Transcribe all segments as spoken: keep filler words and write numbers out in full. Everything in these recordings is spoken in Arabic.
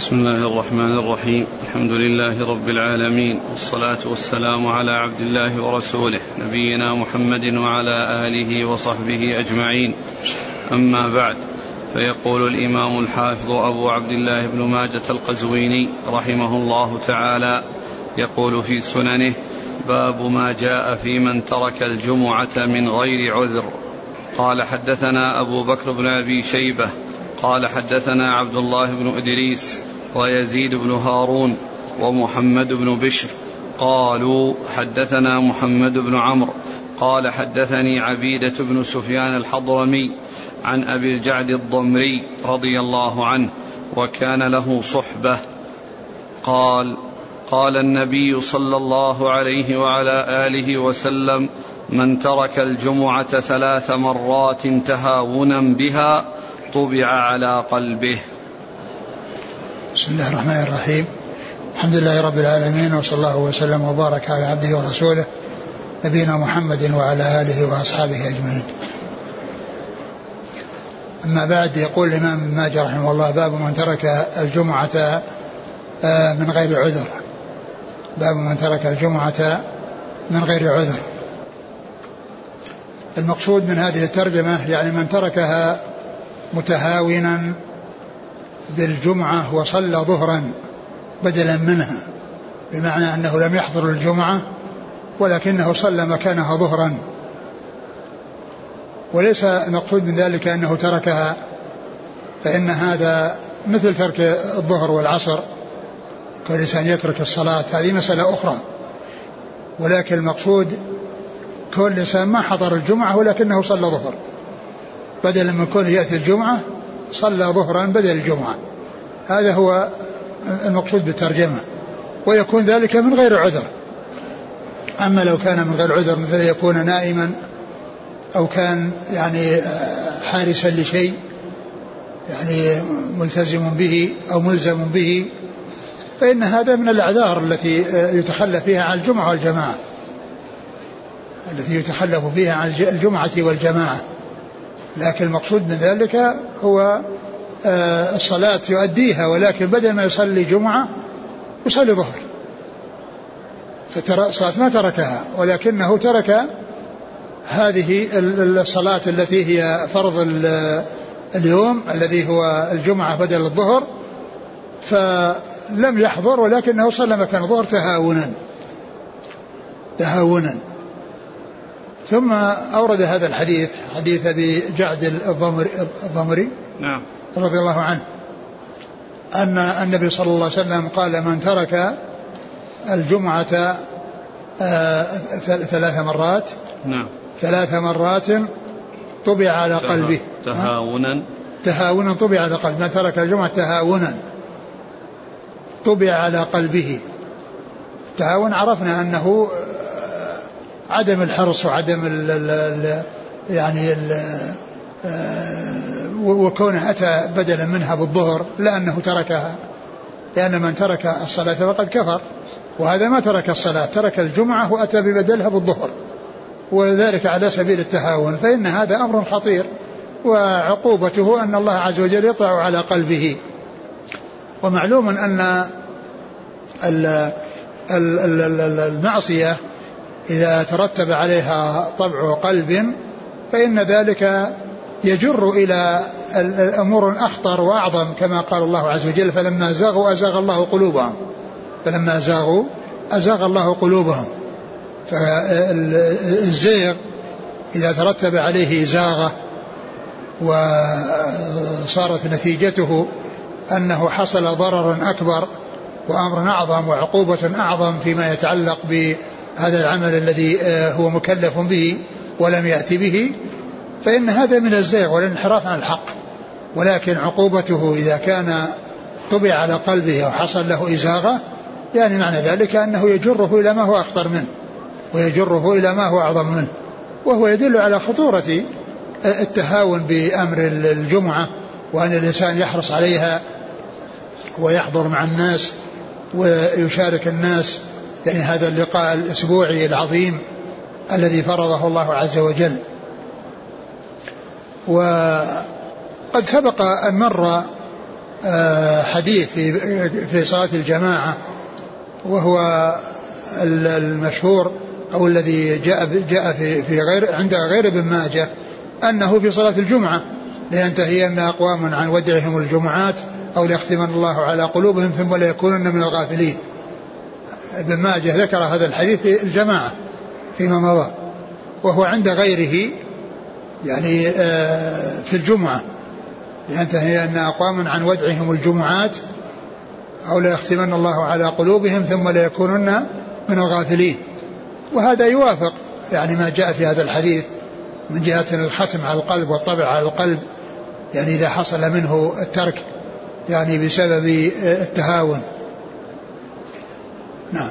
بسم الله الرحمن الرحيم. الحمد لله رب العالمين، والصلاة والسلام على عبد الله ورسوله نبينا محمد وعلى آله وصحبه أجمعين. أما بعد، فيقول الإمام الحافظ أبو عبد الله بن ماجة القزويني رحمه الله تعالى يقول في سننه: باب ما جاء في من ترك الجمعة من غير عذر. قال: حدثنا أبو بكر بن أبي شيبة قال: حدثنا عبد الله بن إدريس ويزيد بن هارون ومحمد بن بشر قالوا: حدثنا محمد بن عمرو قال: حدثني عبيدة بن سفيان الحضرمي عن أبي الجعد الضمري رضي الله عنه، وكان له صحبة، قال: قال النبي صلى الله عليه وعلى آله وسلم: من ترك الجمعة ثلاث مرات تهاونا بها طبع على قلبه. بسم الله الرحمن الرحيم. الحمد لله رب العالمين، وصلى الله وسلم وبارك على عبده ورسوله نبينا محمد وعلى آله وأصحابه أجمعين. أما بعد، يقول الإمام ابن ماجه رحمه الله: باب من ترك الجمعة من غير عذر. باب من ترك الجمعة من غير عذر. المقصود من هذه الترجمة يعني من تركها متهاونا بالجمعة وصلى ظهرا بدلا منها، بمعنى أنه لم يحضر الجمعة ولكنه صلى مكانها ظهرا، وليس المقصود من ذلك أنه تركها، فإن هذا مثل ترك الظهر والعصر، كل إنسان يترك الصلاة، هذه مسألة أخرى. ولكن المقصود كل إنسان ما حضر الجمعة ولكنه صلى ظهر، بدلا من كونه يأتي الجمعة صلى ظهرا بدل الجمعة، هذا هو المقصود بالترجمة. ويكون ذلك من غير عذر. أما لو كان من غير عذر، مثل يكون نائما أو كان يعني حارسا لشيء يعني ملتزم به أو ملزم به، فإن هذا من الأعذار التي يتخلف فيها عن الجمعة والجماعة، التي يتخلف فيها عن الجمعة والجماعة. لكن المقصود من ذلك هو الصلاة يؤديها، ولكن بدل ما يصلي جمعة يصلي ظهر، فالصلاة ما تركها، ولكنه ترك هذه الصلاة التي هي فرض اليوم الذي هو الجمعة بدل الظهر، فلم يحضر ولكنه صلى مكان الظهر تهاونا تهاونا ثم أورد هذا الحديث، حديث أبي جعد الضمري, الضمري نعم رضي الله عنه، أن النبي صلى الله عليه وسلم قال: من ترك الجمعة ثلاث مرات نعم ثلاث مرات طبع على قلبه. تهاونا تهاونا طبع على قلبه. من ترك الجمعة تهاونا طبع على قلبه. التهاون عرفنا أنه عدم الحرص وعدم ال ال يعني ال وكونه أتى بدلا منها بالظهر، لأنه تركها، لأن من ترك الصلاة فقد كفر، وهذا ما ترك الصلاة، ترك الجمعة وأتى ببدلها بالظهر، وذلك على سبيل التهاون، فإن هذا أمر خطير، وعقوبته أن الله عز وجل يطلع على قلبه. ومعلوم أن المعصية إذا ترتب عليها طبع قلب فإن ذلك يجر إلى أمور أخطر وأعظم، كما قال الله عز وجل: فلما زاغوا أزاغ الله قلوبهم فلما زاغوا أزاغ الله قلوبهم. فالزيغ إذا ترتب عليه زاغة وصارت نتيجته أنه حصل ضرر أكبر وأمر أعظم وعقوبة أعظم فيما يتعلق بهذا العمل الذي هو مكلف به ولم يأتي به، فإن هذا من الزيغ والانحراف عن الحق. ولكن عقوبته إذا كان طبع على قلبه وحصل له إزاغة، يعني معنى ذلك أنه يجره إلى ما هو أخطر منه ويجره إلى ما هو أعظم منه، وهو يدل على خطورة التهاون بأمر الجمعة، وأن الإنسان يحرص عليها ويحضر مع الناس ويشارك الناس، يعني هذا اللقاء الأسبوعي العظيم الذي فرضه الله عز وجل. وقد سبق أن مر حديث في في صلاة الجماعة، وهو المشهور أو الذي جاء جاء في في غير عند غير ابن ماجه أنه في صلاة الجمعة لينتهين أقوام عن ودعهم الجمعات أو ليختمن الله على قلوبهم ثم لا يكونن من الغافلين. ابن ماجه ذكر هذا الحديث في الجماعة فيما مضى، وهو عند غيره يعني في الجمعة لينتهين أقوام عن ودعهم الجمعات أو لا يختمن الله على قلوبهم ثم لا يكونن من الغافلين. وهذا يوافق يعني ما جاء في هذا الحديث من جهة الختم على القلب والطبع على القلب، يعني إذا حصل منه الترك يعني بسبب التهاون. نعم.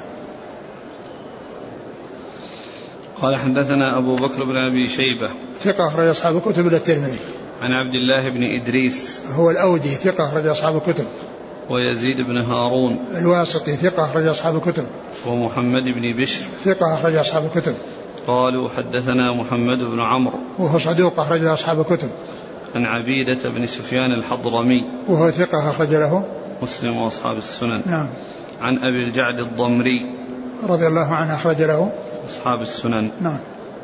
قال حدثنا أبو بكر بن أبي شيبة ثقة أخرج أصحاب الكتب إلى الترمذي. عن عبد الله بن إدريس هو الأودي ثقة أخرج أصحاب الكتب. ويزيد بن هارون الواسطي ثقة أخرج أصحاب الكتب. ومحمد بن بشر ثقة أخرج أصحاب الكتب. قالوا حدثنا محمد بن عمرو وهو صدوق أخرج أصحاب الكتب. عن عبيدة بن سفيان الحضرمي وهو ثقة أخرج له مسلم وأصحاب السنن. نعم. عن أبي الجعد الضمري رضي الله عنه أخرج له أصحاب السنن. نعم.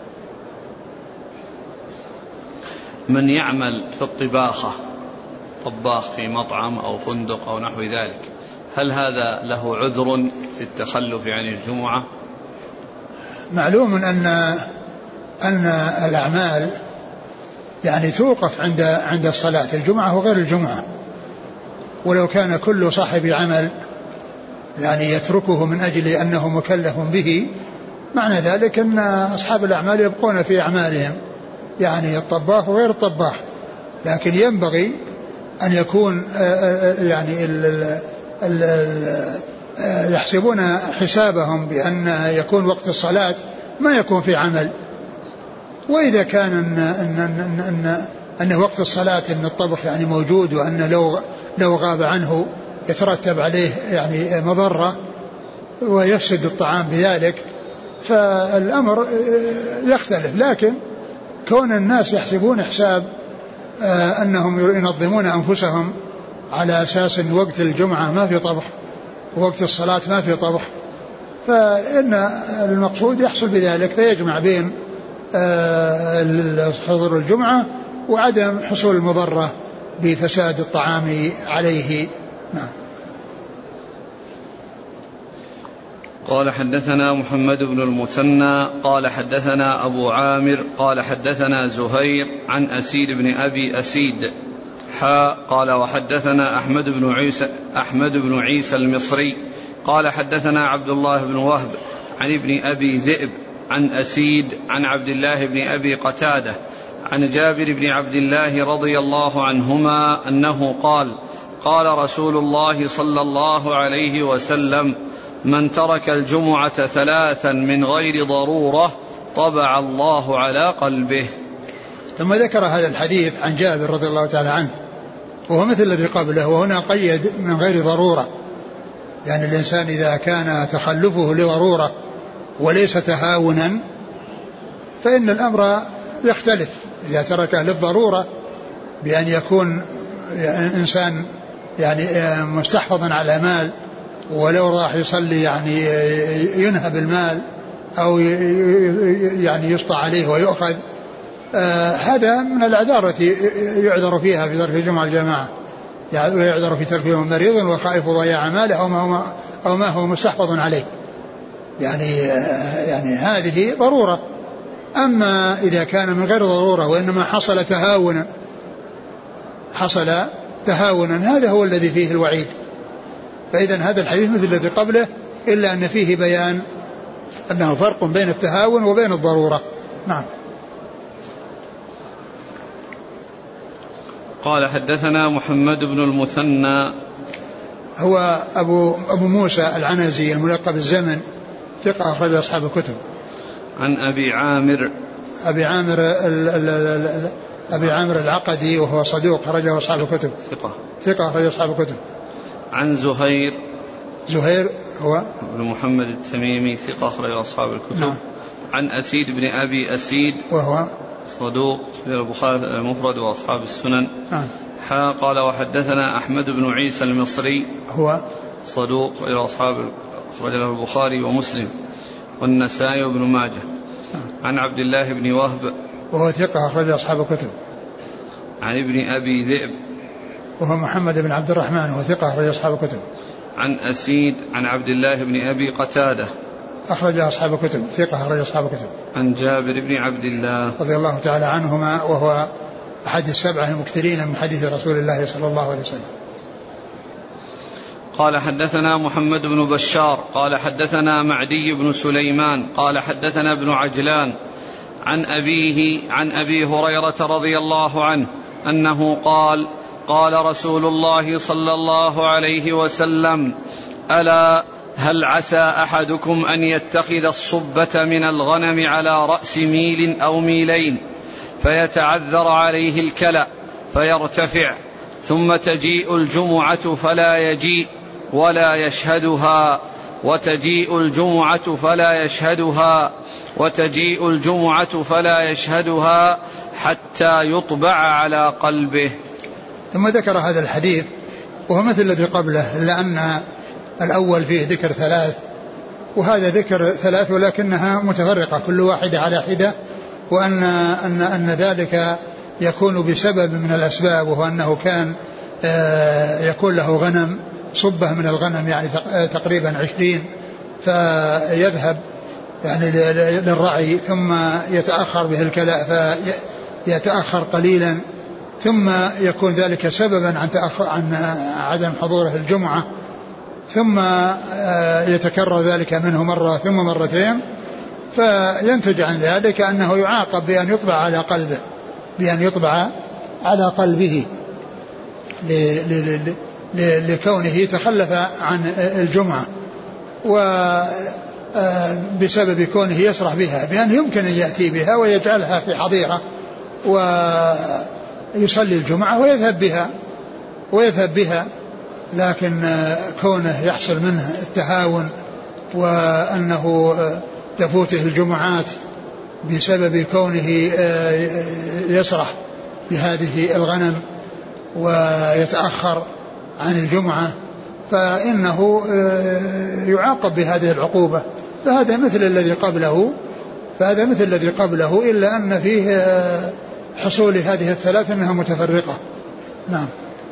من يعمل في الطباخة طباخ في مطعم أو فندق أو نحو ذلك، هل هذا له عذر في التخلف عن الجمعة؟ معلوم أن أن الأعمال يعني توقف عند عند الصلاة الجمعة وغير الجمعة، ولو كان كل صاحب عمل يعني يتركه من أجل أنه مكلف به، معنى ذلك أن أصحاب الأعمال يبقون في أعمالهم، يعني الطباخ وغير الطباخ. لكن ينبغي أن يكون يعني ال ال يحسبون حسابهم بأن يكون وقت الصلاة ما يكون في عمل. وإذا كان أن أن أن أن أن وقت الصلاة أن الطبخ يعني موجود، وأن لو لو غاب عنه يترتب عليه يعني مضرة ويفسد الطعام بذلك، فالأمر يختلف. لكن كون الناس يحسبون حساب أنهم ينظمون أنفسهم على أساس أن وقت الجمعة ما في طبخ ووقت الصلاة ما في طبخ، فإن المقصود يحصل بذلك، فيجمع بين حضور الجمعة وعدم حصول المضرة بفساد الطعام عليه. نعم. قال حدثنا محمد بن المثنى قال حدثنا أبو عامر قال حدثنا زهير عن أسيد بن أبي أسيد حا قال وحدثنا أحمد بن عيسى أحمد بن عيسى المصري قال حدثنا عبد الله بن وهب عن ابن أبي ذئب عن أسيد عن عبد الله بن أبي قتادة عن جابر بن عبد الله رضي الله عنهما أنه قال قال رسول الله صلى الله عليه وسلم من ترك الجمعة ثلاثا من غير ضرورة طبع الله على قلبه. ثم ذكر هذا الحديث عن جابر رضي الله تعالى عنه، وهو مثل الذي قبله، وهنا قيد من غير ضرورة، يعني الإنسان إذا كان تخلفه لضرورة وليس تهاونا فإن الأمر يختلف. إذا تركه للضرورة بأن يكون إنسان يعني مستحفظا على مال، ولو راح يصلي يعني ينهب المال أو يعني يسطى عليه ويؤخذ، آه هذا من الأعذار التي يعذر فيها في ترك الجمعة الجماعة، يعني ويعذر في ترك يوم مريض وخائف ضياع ماله أو ما هو أو ما هو مستحفظ عليه، يعني آه يعني هذه ضرورة. أما إذا كان من غير ضرورة وإنما حصل تهاونا حصل تهاونا هذا هو الذي فيه الوعيد. فإذا هذا الحديث مثل الذي قبله، إلا أن فيه بيان أنه فرق بين التهاون وبين الضرورة. نعم. قال حدثنا محمد بن المثنى هو أبو, أبو موسى العنزي الملقب الزمن ثقة أخرج أصحاب الكتب. عن أبي عامر أبي عامر ال ال ال أبي عامر العقدي وهو صدوق أخرجه أصحاب الكتب. ثقة ثقة أخرج أصحاب الكتب. عن زهير زهير هو بن محمد التميمي ثقة أخرج أصحاب الكتب. نعم. عن أسيد بن أبي أسيد وهو صدوق البخاري المفرد وأصحاب السنن. نعم. حا قال وحدثنا أحمد بن عيسى المصري هو صدوق إلى أصحاب أخرج له البخاري ومسلم والنسائي وابن ماجه. نعم. عن عبد الله بن وهب وهو ثقة أخرج أصحاب الكتب. عن ابن أبي ذئب وهو محمد بن عبد الرحمن وهو ثقة أخرج أصحاب الكتب. عن أسيد عن عبد الله بن أبي قتادة أخرج أصحاب الكتب ثقة أخرج أصحاب الكتب. عن جابر بن عبد الله رضي الله تعالى عنهما وهو أحد السبعة المكثرين من حديث رسول الله صلى الله عليه وسلم. قال حدثنا محمد بن بشار قال حدثنا معدي بن سليمان قال حدثنا ابن عجلان عن أبيه عن أبي هريرة رضي الله عنه أنه قال قال رسول الله صلى الله عليه وسلم ألا هل عسى أحدكم أن يتخذ الصبة من الغنم على رأس ميل أو ميلين فيتعذر عليه الكلأ فيرتفع ثم تجيء الجمعة فلا يجيء ولا يشهدها وتجيء الجمعة فلا يشهدها وتجيء الجمعة فلا يشهدها حتى يطبع على قلبه. ثم ذكر هذا الحديث وهو مثل الذي قبله إلا أن الأول فيه ذكر ثلاث وهذا ذكر ثلاث ولكنها متفرقة كل واحدة على حدة وأن أن أن ذلك يكون بسبب من الأسباب وهو أنه كان يكون له غنم صبة من الغنم يعني تقريبا عشرين فيذهب يعني للرعي ثم يتأخر به الكلاء فيتأخر قليلا ثم يكون ذلك سببا عن تأخر عن عدم حضوره الجمعة ثم يتكرر ذلك منه مرة ثم مرتين فينتج عن ذلك أنه يعاقب بأن يطبع على قلبه بأن يطبع على قلبه لكونه تخلف عن الجمعة وبسبب كونه يسرح بها بأن يمكن أن يأتي بها ويجعلها في حظيرة ويصلي الجمعة ويذهب بها ويذهب بها لكن كونه يحصل منه التهاون وأنه تفوته الجمعات بسبب كونه يسرح بهذه الغنم ويتأخر عن الجمعة فإنه يعاقب بهذه العقوبة فهذا مثل الذي قبله فهذا مثل الذي قبله إلا أن فيه حصول هذه الثلاث أنها متفرقة. نعم.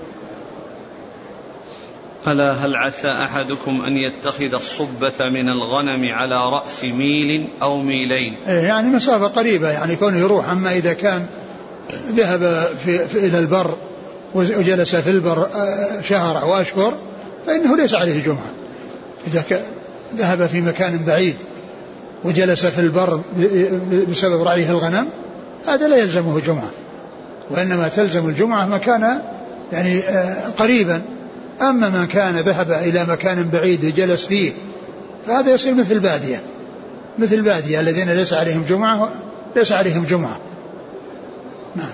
ألا هل عسى أحدكم أن يتخذ الصبة من الغنم على رأس ميل أو ميلين يعني مسافة قريبة يعني كونه يروح أما إذا كان ذهب في في إلى البر وجلس في البر شهر أو أشهر فإنه ليس عليه جمعة. إذا ذهب في مكان بعيد وجلس في البر بسبب رعيه الغنم هذا لا يلزمه جمعة وإنما تلزم الجمعة مكان يعني قريبا. أما من كان ذهب إلى مكان بعيد جلس فيه فهذا يصير مثل بادية مثل البادية الذين ليس عليهم جمعة ليس عليهم جمعة. نعم.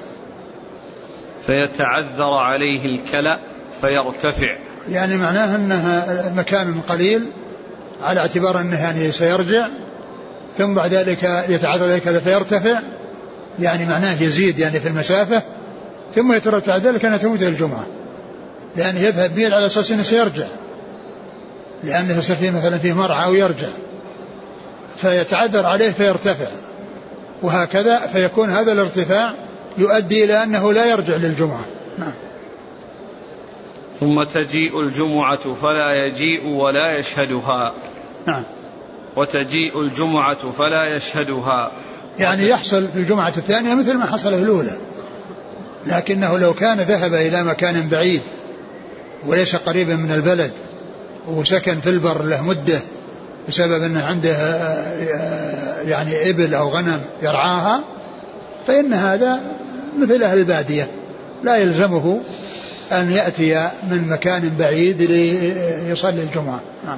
فيتعذر عليه الكلأ فيرتفع يعني معناه أنها مكان قليل على اعتبار أنه يعني سيرجع ثم بعد ذلك يتعذر عليه الكلأ فيرتفع يعني معناه يزيد يعني في المسافة ثم يترتب على ذلك أن تموت الجمعة لأنه يذهب به على أساس أنه سيرجع لأنه سيفيه مثلا فيه مرعى ويرجع فيتعذر عليه فيرتفع وهكذا فيكون هذا الارتفاع يؤدي إلى أنه لا يرجع للجمعة. نعم. ثم تجيء الجمعة فلا يجيء ولا يشهدها. نعم. وتجيء الجمعة فلا يشهدها يعني يحصل في الجمعة الثانية مثل ما حصل في الأولى لكنه لو كان ذهب إلى مكان بعيد وليس قريبا من البلد وسكن في البر له مدة بسبب أنه عنده يعني إبل أو غنم يرعاها فإن هذا مثل أهل البادية لا يلزمه أن يأتي من مكان بعيد ليصلي الجمعة. نعم.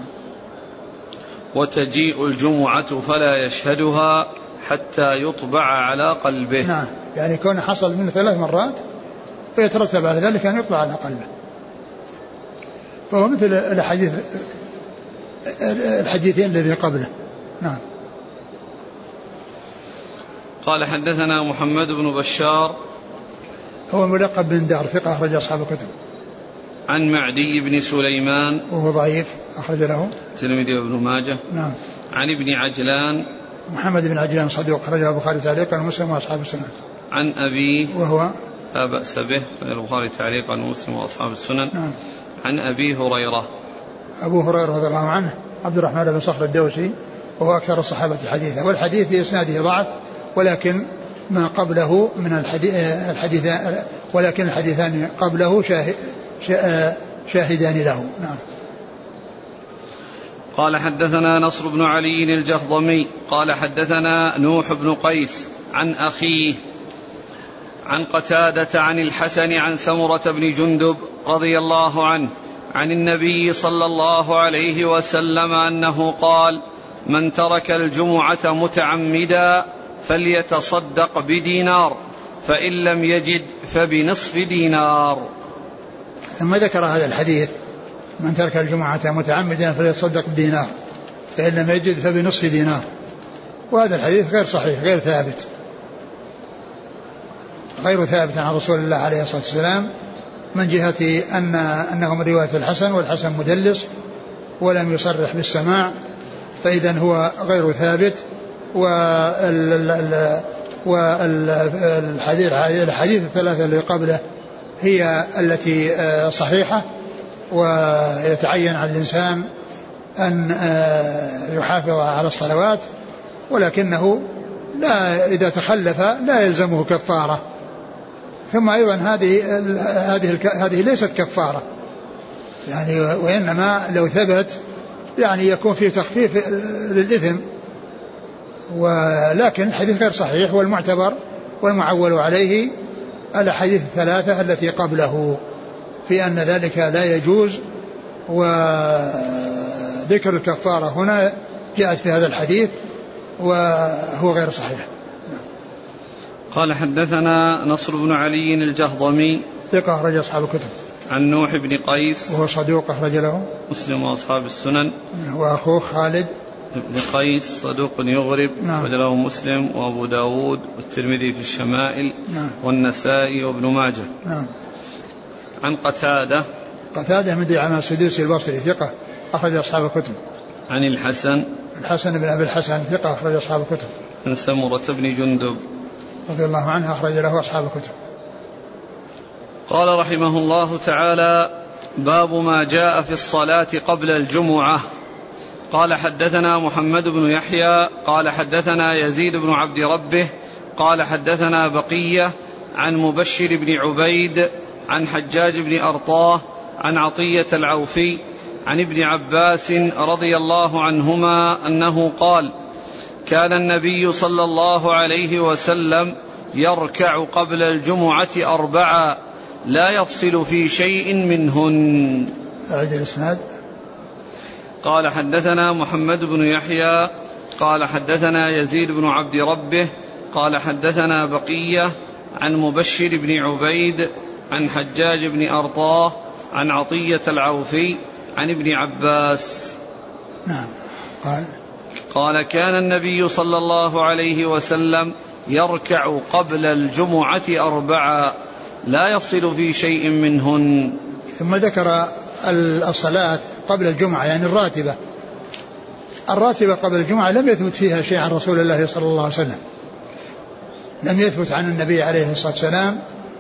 وتجيء الجمعة فلا يشهدها حتى يطبع على قلبه. نعم. يعني يكون حصل منه ثلاث مرات فيترتب على ذلك أن يطبع على قلبه فهو مثل الحديث الحديثين الذي قبله. نعم. قال حدثنا محمد بن بشار هو ملقب بن دار ثقة أخرج أصحاب الكتب. عن معدي بن سليمان وهو ضعيف أخرج له الترمذي وابن ماجه. نعم. عن ابن عجلان محمد بن عجلان صدوق أخرجه البخاري تعليقا ومسلم وأصحاب السنن. عن أبيه وهو لا بأس به البخاري تعليقا ومسلم وأصحاب السنن. نعم. عن أبي هريرة أبو هريرة رضي الله عنه عبد الرحمن بن صخر الدوسي وهو أكثر الصحابة حديثا والحديث في إسناده ضعف ولكن ما قبله من الحديث, الحديث ولكن الحديثان قبله شاهد شاهدان له. نعم. قال حدثنا نصر بن علي الجهضمي قال حدثنا نوح بن قيس عن أخيه عن قتادة عن الحسن عن سمرة بن جندب رضي الله عنه عن النبي صلى الله عليه وسلم أنه قال: من ترك الجمعة متعمدا فليتصدق بدينار فإن لم يجد فبنصف دينار. ثم ذكر هذا الحديث: من ترك الجمعة متعمدا فليتصدق بدينار فإن لم يجد فبنصف دينار. وهذا الحديث غير صحيح غير ثابت غير ثابت عن رسول الله عليه الصلاة والسلام من جهة أن أنه من رواية الحسن والحسن مدلس ولم يصرح بالسماع فإذا هو غير ثابت. والحديث الحديث الثلاثة اللي قبله هي التي صحيحة ويتعين على الإنسان أن يحافظ على الصلوات ولكنه لا إذا تخلف لا يلزمه كفارة. ثم أيضا هذه هذه هذه ليست كفارة يعني وإنما لو ثبت يعني يكون فيه تخفيف للإثم ولكن الحديث غير صحيح. والمعتبر والمعول عليه الأحاديث الثلاثة التي قبله في أن ذلك لا يجوز وذكر الكفارة هنا جاءت في هذا الحديث وهو غير صحيح. قال حدثنا نصر بن علي الجهضمي ثقة أخرج أصحاب الكتب. عن نوح بن قيس وهو صدوق أخرج له مسلم وأصحاب السنن. وأخوه خالد بن قيس صدوق يغرب أخرج له مسلم وأبو داود والترمذي في الشمائل. نعم. والنسائي وابن ماجه. نعم. عن قتادة قتادة من دعامة السدوسي البصري ثقة أخرج أصحاب الكتب. عن الحسن الحسن بن أبي الحسن ثقة أخرج أصحاب الكتب. عن سمرة بن جندب رضي الله عنه أخرج له أصحاب الكتب. قال رحمه الله تعالى: باب ما جاء في الصلاة قبل الجمعة. قال حدثنا محمد بن يحيى قال حدثنا يزيد بن عبد ربه قال حدثنا بقية عن مبشر بن عبيد عن حجاج بن أرطاه عن عطية العوفي عن ابن عباس رضي الله عنهما أنه قال: كان النبي صلى الله عليه وسلم يركع قبل الجمعة أربعا لا يفصل في شيء منهن. أعد الإسناد. قال حدثنا محمد بن يحيى قال حدثنا يزيد بن عبد ربه قال حدثنا بقية عن مبشر بن عبيد عن حجاج بن أرطاه عن عطية العوفي عن ابن عباس. نعم. قال قال: كان النبي صلى الله عليه وسلم يركع قبل الجمعة أربعا لا يفصل في شيء منهن. ثم ذكر الصلاة قبل الجمعة يعني الراتبة. الراتبة قبل الجمعة لم يثبت فيها شيء عن رسول الله صلى الله عليه وسلم. لم يثبت عن النبي عليه الصلاة والسلام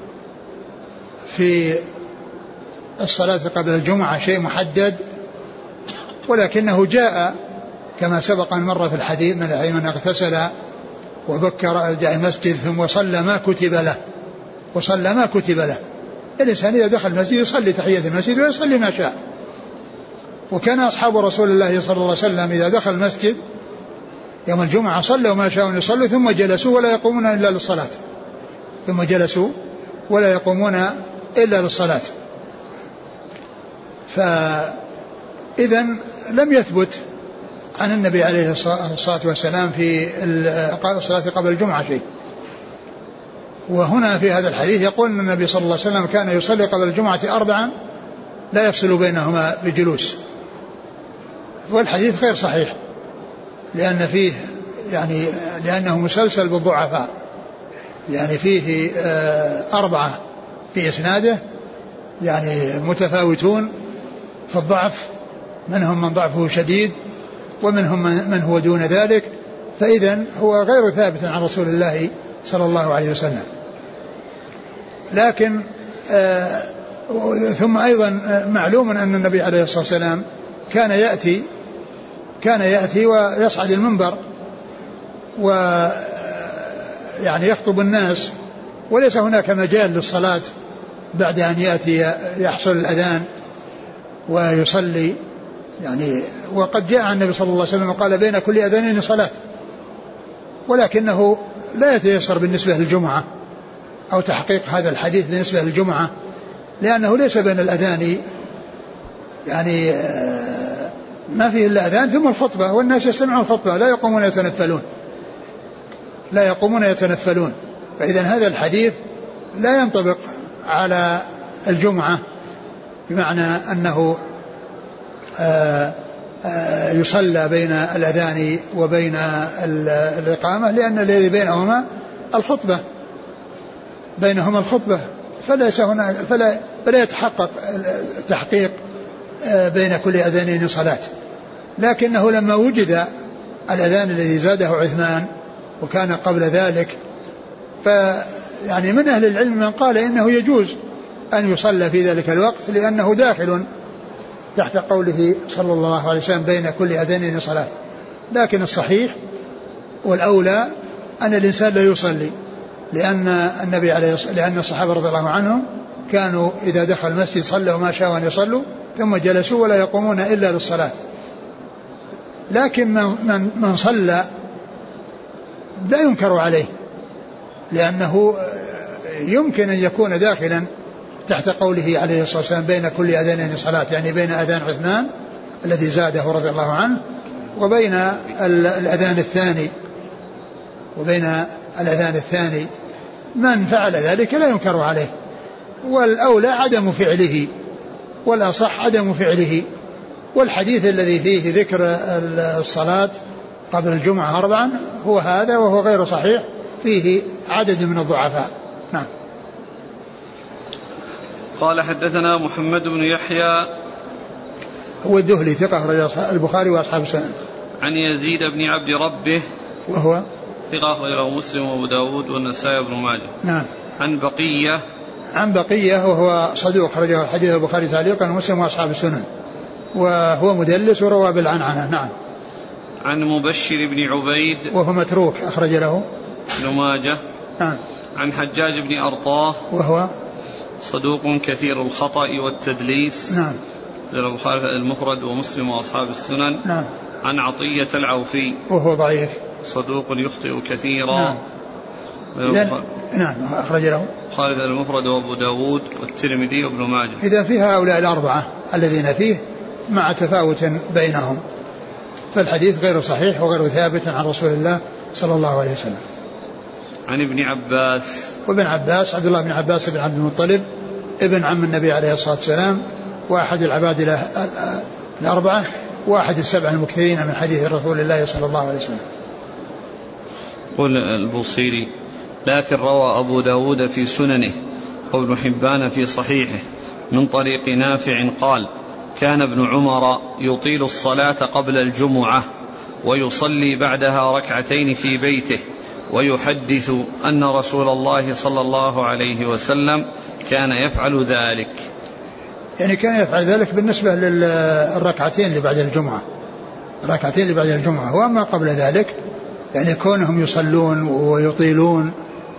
في الصلاة قبل الجمعة شيء محدد ولكنه جاء كما سبق أن مر في الحديث من اغتسل وبكر جاء المسجد ثم صلى ما كتب له وصلى ما كتب له. الإنسان إذا دخل المسجد يصلي تحية المسجد ويصلي ما شاء. وكان أصحاب رسول الله صلى الله عليه وسلم إذا دخل المسجد يوم الجمعة صلوا ما شاءوا يصلوا ثم جلسوا ولا يقومون إلا للصلاة ثم جلسوا ولا يقومون إلا للصلاة. فإذا لم يثبت عن النبي عليه الصلاة والسلام في الصلاة قبل الجمعة شيء. وهنا في هذا الحديث يقول أن النبي صلى الله عليه وسلم كان يصلي قبل الجمعة أربعا لا يفصل بينهما بجلوس. والحديث غير صحيح لأن فيه يعني لأنه مسلسل بالضعفاء، يعني فيه أربعة في إسناده يعني متفاوتون في الضعف، منهم من ضعفه شديد ومنهم من هو دون ذلك، فإذن هو غير ثابت عن رسول الله صلى الله عليه وسلم. لكن آه ثم أيضا معلوم أن النبي عليه الصلاة والسلام كان يأتي كان يأتي ويصعد المنبر ويعني يخطب الناس، وليس هناك مجال للصلاة بعد أن يأتي يحصل الأذان ويصلي يعني. وقد جاء النبي صلى الله عليه وسلم وقال بين كل أذانين صلاة، ولكنه لا يتيسر بالنسبة للجمعة أو تحقيق هذا الحديث بالنسبة للجمعة، لأنه ليس بين الأذان يعني ما فيه إلا أذان ثم الخطبة، والناس يستمعون الخطبة لا يقومون يتنفلون لا يقومون يتنفلون فإذا هذا الحديث لا ينطبق على الجمعة، بمعنى أنه آآ آآ يصلى بين الأذان وبين الإقامة، لأن الذي بينهما الخطبة بينهما الخطبة فليس هنا فلا, فلا يتحقق تحقيق بين كل أذانين صلاة. لكنه لما وجد الأذان الذي زاده عثمان وكان قبل ذلك، فيعني من أهل العلم من قال إنه يجوز أن يصلى في ذلك الوقت، لأنه داخل تحت قوله صلى الله عليه وسلم بين كل أذانين صلاة. لكن الصحيح والأولى أن الإنسان لا يصلي، لأن النبي عليه لأن الصحابة رضي الله عنهم كانوا إذا دخل المسجد صلوا ما شاءوا أن يصلوا ثم جلسوا ولا يقومون إلا للصلاة. لكن من, من, من صلى لا ينكر عليه، لأنه يمكن أن يكون داخلا تحت قوله عليه الصلاة والسلام بين كل أذانين صلاة، يعني بين أذان عثمان الذي زاده رضي الله عنه وبين الأذان الثاني وبين الأذان الثاني من فعل ذلك لا ينكر عليه. والأولى عدم فعله والأصح عدم فعله. والحديث الذي فيه ذكر الصلاة قبل الجمعة أربعا هو هذا، وهو غير صحيح، فيه عدد من الضعفاء. نعم. قال حدثنا محمد بن يحيى هو الدهلي ثقة أخرج البخاري وأصحاب السنن. عن يزيد بن عبد ربه وهو ثقة أخرجه مسلم وأبو داود والنسائي بن ماجه. نعم. عن بقية عن بقية وهو صدوق أخرجه حديث البخاري تعليقا ومسلم وأصحاب السنن، وهو مدلس وروى بالعنعنة. نعم. عن مبشر بن عبيد وهو متروك أخرج له ابن ماجه. نعم. عن حجاج بن أرطاه وهو صدوق كثير الخطأ والتدليس. نعم. البخاري المفرد ومسلم وأصحاب السنن. نعم. عن عطية العوفي وهو ضعيف صدوق يخطئ كثيرا. نعم. نعم أخرج له البخاري المفرد وأبو داود والترمذي وابن ماجه. إذا في هؤلاء الأربعة الذين فيه مع تفاوت بينهم، فالحديث غير صحيح وغير ثابت عن رسول الله صلى الله عليه وسلم. عن ابن عباس وابن عباس عبد الله بن عباس بن عبد المطلب ابن عم النبي عليه الصلاة والسلام، وأحد العباد الأربعة، وأحد السبع المكثرين من حديث رسول الله صلى الله عليه وسلم. قل البوصيري لكن روى أبو داود في سننه وابن حبان في صحيحه من طريق نافع قال كان ابن عمر يطيل الصلاة قبل الجمعة ويصلي بعدها ركعتين في بيته ويحدث أن رسول الله صلى الله عليه وسلم كان يفعل ذلك. يعني كان يفعل ذلك بالنسبة للركعتين اللي بعد الجمعة الركعتين اللي بعد الجمعة وأما قبل ذلك يعني كونهم يصلون ويطيلون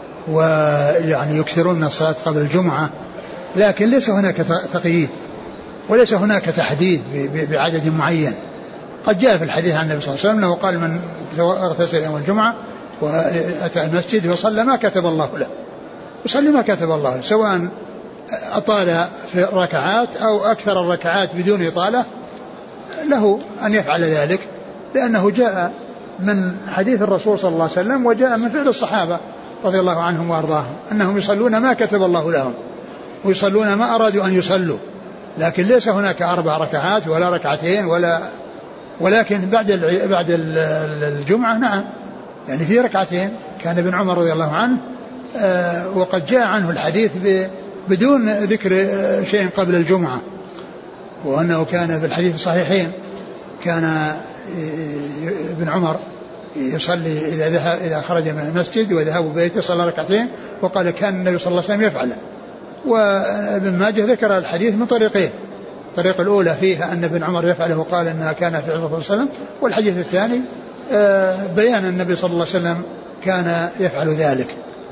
ويعني يكثرون من الصلاة قبل الجمعة، لكن ليس هناك تقييد وليس هناك تحديد بعدد معين. قد جاء في الحديث عن النبي صلى الله عليه وسلم أنه قال من اغتسل يوم الجمعة وأتى المسجد وصلى ما كتب الله له وصلي ما كتب الله له، سواء أطال في الركعات أو أكثر الركعات بدون إطالة له أن يفعل ذلك، لأنه جاء من حديث الرسول صلى الله عليه وسلم وجاء من فعل الصحابة رضي الله عنهم وأرضاهم أنهم يصلون ما كتب الله لهم ويصلون ما أرادوا أن يصلوا، لكن ليس هناك أربع ركعات ولا ركعتين ولا ولكن بعد بعد الجمعة نعم يعني في ركعتين كان ابن عمر رضي الله عنه آه وقد جاء عنه الحديث بدون ذكر شيء قبل الجمعة، وأنه كان في الحديث الصحيحين كان ابن عمر يصلي إذا ذهب إذا خرج من المسجد وذهب بيته صلى ركعتين، وقال كان النبي صلى الله عليه وسلم يفعل. وابن ماجه ذكر الحديث من طريقين، الطريق الأولى فيها أن ابن عمر يفعله وقال أنها كان في الرسول صلى الله عليه وسلم، والحديث الثاني بيان النبي صلى الله عليه وسلم كان يفعل ذلك.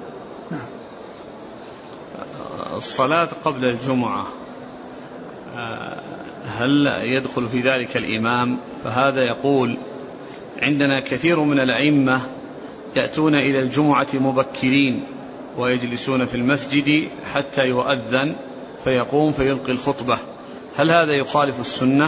الصلاة قبل الجمعة هل يدخل في ذلك الإمام؟ فهذا يقول عندنا كثير من الأئمة يأتون إلى الجمعة مبكرين ويجلسون في المسجد حتى يؤذن فيقوم فيلقي الخطبة، هل هذا يخالف السنة؟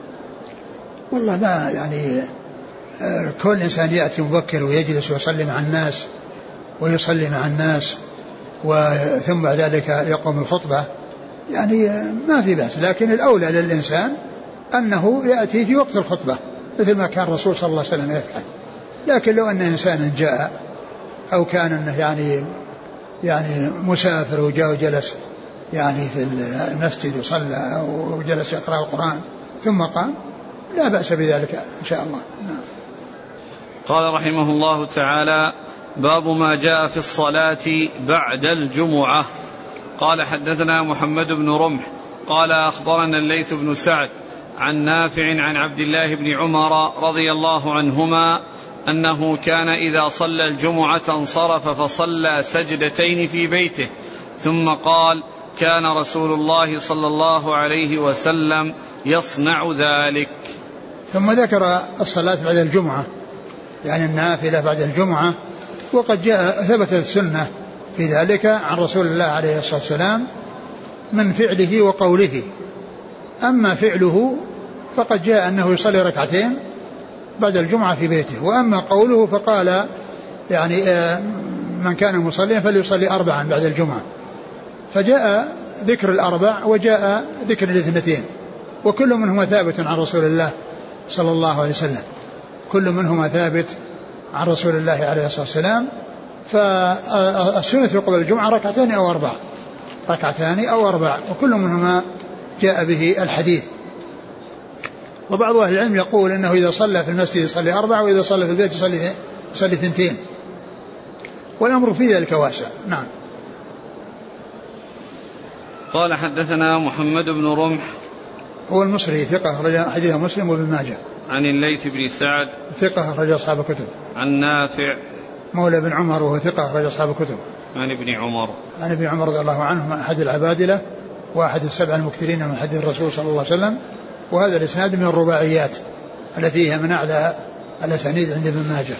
والله ما يعني كل إنسان يأتي مبكر ويجلس ويصلي مع الناس ويصلي مع الناس وثم بعد ذلك يقوم الخطبة يعني ما في بأس، لكن الأولى للإنسان أنه يأتي في وقت الخطبة مثل ما كان الرسول صلى الله عليه وسلم يفعل. لكن لو أن إنسانا جاء أو كان أنه يعني يعني مسافر وجاء وجلس يعني في المسجد وصلى وجلس يقرأ القرآن ثم قام لا بأس بذلك إن شاء الله. قال رحمه الله تعالى: باب ما جاء في الصلاة بعد الجمعة. قال: حدثنا محمد بن رمح قال أخبرنا الليث بن سعد عن نافع عن عبد الله بن عمر رضي الله عنهما أنه كان إذا صلى الجمعة انصرف فصلى سجدتين في بيته ثم قال: كان رسول الله صلى الله عليه وسلم يصنع ذلك. ثم ذكر الصلاة بعد الجمعة يعني النافلة بعد الجمعة، وقد جاء ثبتت السنة في ذلك عن رسول الله عليه الصلاة والسلام من فعله وقوله. أما فعله فقد جاء أنه يصلي ركعتين بعد الجمعة في بيته، وأما قوله فقال يعني من كان مصليا فليصلي أربعا بعد الجمعة، فجاء ذكر الأربع وجاء ذكر الاثنتين، وكل منهما ثابت عن رسول الله صلى الله عليه وسلم، كل منهما ثابت عن رسول الله عليه الصلاة والسلام. فالسنة قبل الجمعة ركعتين أو أربع ركعتان أو أربع وكل منهما جاء به الحديث. وبعض أهل العلم يقول إنه إذا صلى في المسجد يصلي أربع وإذا صلى في البيت يصلي يصلي ثنتين، والأمر في ذلك واسع. نعم. قال: حدثنا محمد بن رمح هو المصري ثقة رجل حديث مسلم وابن ماجه. عن الليث بن سعد ثقة رجل أصحاب الكتب. عن نافع مولى بن عمر وهو ثقة رجل أصحاب الكتب. عن ابن عمر عن ابن عمر رضي الله عنه أحد العبادلة وأحد السبع المكثرين من حديث الرسول صلى الله عليه وسلم، وهذا الإسناد من الرباعيات التي هي من أعلى الأسانيد عند ابن ماجه.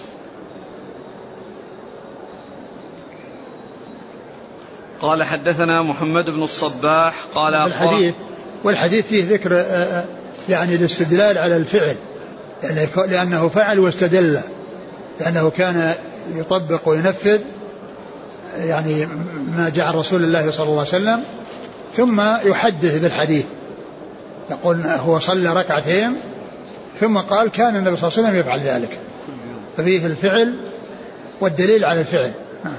قال: حدثنا محمد بن الصباح قال الحديث والحديث فيه ذكر يعني الاستدلال على الفعل، يعني لأنه فعل واستدل، لأنه كان يطبق وينفذ يعني ما جاء رسول الله صلى الله عليه وسلم، ثم يحدث بالحديث، يقول هو صلى ركعتين ثم قال كان النبي صلى الله عليه وسلم يفعل ذلك، ففيه الفعل والدليل على الفعل.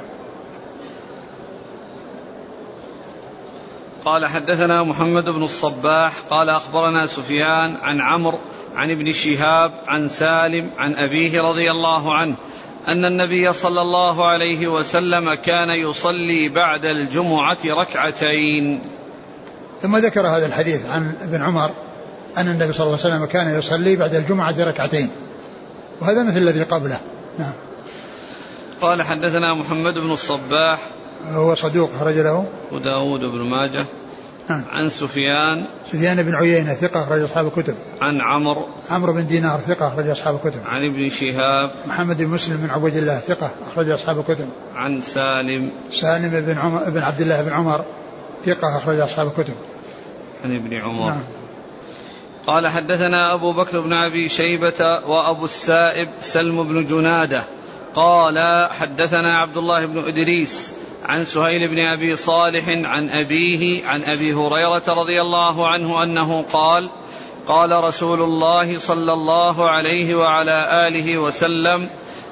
قال: حدثنا محمد بن الصباح قال أخبرنا سفيان عن عمرو عن ابن شهاب عن سالم عن أبيه رضي الله عنه أن النبي صلى الله عليه وسلم كان يصلي بعد الجمعة ركعتين. ثم ذكر هذا الحديث عن ابن عمر أن النبي صلى الله عليه وسلم كان يصلي بعد الجمعة ركعتين، وهذا مثل الذي قبله. نعم. قال: حدثنا محمد بن الصباح هو صدوق خرج له وداود بن ماجه. نعم. عن سفيان سفيان بن عيينة ثقة أخرج أصحاب الكتب. عن عمرو عمرو بن دينار ثقة أخرج أصحاب الكتب. عن ابن شهاب محمد بن مسلم بن عبد الله ثقة أخرج أصحاب الكتب. عن سالم سالم بن عمر بن عبد الله بن عمر ثقة أخرج أصحاب الكتب. عن ابن عمر. نعم. قال: حدثنا أبو بكر بن أبي شيبة وأبو السائب سلم بن جنادة قال: حدثنا عبد الله بن إدريس عن سهيل بن أبي صالح عن أبيه عن أبي هريرة رضي الله عنه أنه قال: قال رسول الله صلى الله عليه وعلى آله وسلم: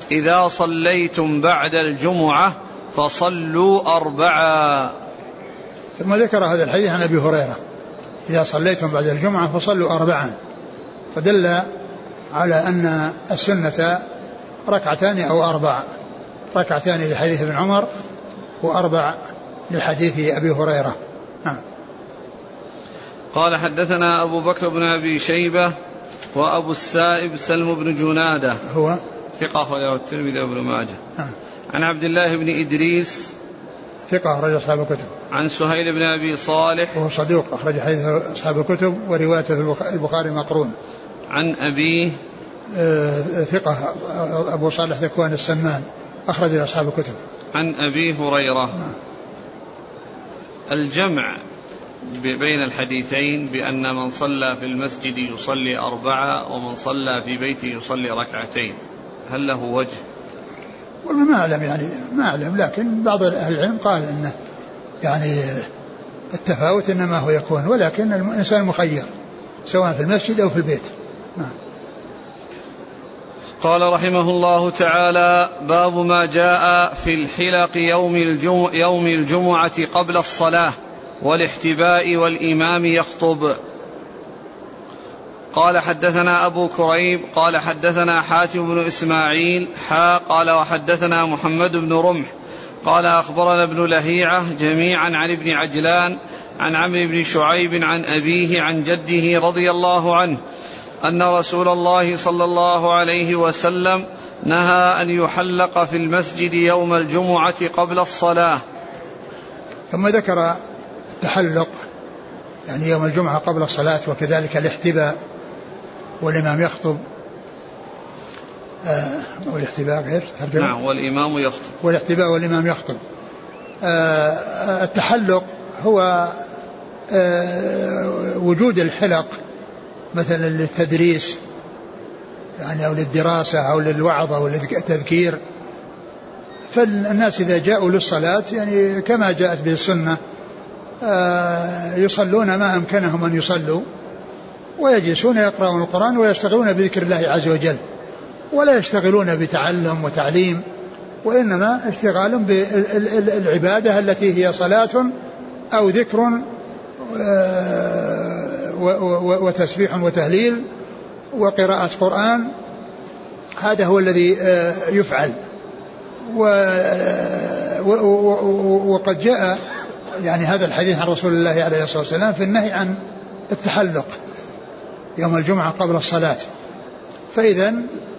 إذا صليتم بعد الجمعة فصلوا أربعا. ثم ذكر هذا الحديث عن أبي هريرة إذا صليتم بعد الجمعة فصلوا أربعا، فدل على أن السنة ركعتان أو أربع، ركعتان لحديث ابن عمر وأربع لحديث أبي هريرة. نعم. قال حدثنا أبو بكر بن أبي شيبة وأبو السائب سلم بن جنادة هو ثقة أخرجه الترمذي وابن ماجه. نعم. عن عبد الله بن إدريس ثقة أخرج أصحاب الكتب. عن سهيل بن أبي صالح وهو صدوق أخرج حديث أصحاب الكتب وروايته في البخاري مقرون. عن أبيه آه ثقة أبو صالح ذكوان السمان أخرج أصحاب الكتب. عن أبي هريرة. نعم. الجمع بين الحديثين بأن من صلى في المسجد يصلي أربعة ومن صلى في بيته يصلي ركعتين، هل له وجه؟ والله ما أعلم، يعني ما أعلم، لكن بعض أهل العلم قال إنه يعني التفاوت إنما هو يكون، ولكن الإنسان مخير سواء في المسجد أو في البيت. نعم. قال رحمه الله تعالى: باب ما جاء في الحلق يوم الجمعة, يوم الجمعة قبل الصلاة والاحتباء والإمام يخطب. قال حدثنا أبو كريب قال حدثنا حاتم بن إسماعيل حا قال وحدثنا محمد بن رمح قال أخبرنا ابن لهيعة جميعا عن ابن عجلان عن عمرو بن شعيب عن أبيه عن جده رضي الله عنه أن رسول الله صلى الله عليه وسلم نهى أن يحلق في المسجد يوم الجمعة قبل الصلاة. ثم ذكر التحلق يعني يوم الجمعة قبل الصلاة، وكذلك الاحتباء والإمام يخطب. آه والاحتباء غير ترجمة. نعم. والإمام يخطب. والاحتباء والإمام يخطب. آه التحلق هو آه وجود الحلق مثلا للتدريس يعني أو للدراسة أو للوعظ أو للتذكير، فالناس إذا جاءوا للصلاة يعني كما جاءت به السنة يصلون ما أمكنهم أن يصلوا ويجلسون يقرؤون القرآن ويشتغلون بذكر الله عز وجل، ولا يشتغلون بتعلم وتعليم، وإنما اشتغال بالعبادة التي هي صلاة أو ذكر وتسبيح وتهليل وقراءة قرآن. هذا هو الذي يفعل. وقد جاء يعني هذا الحديث عن رسول الله عليه الصلاة والسلام في النهي عن التحلق يوم الجمعة قبل الصلاة. فإذا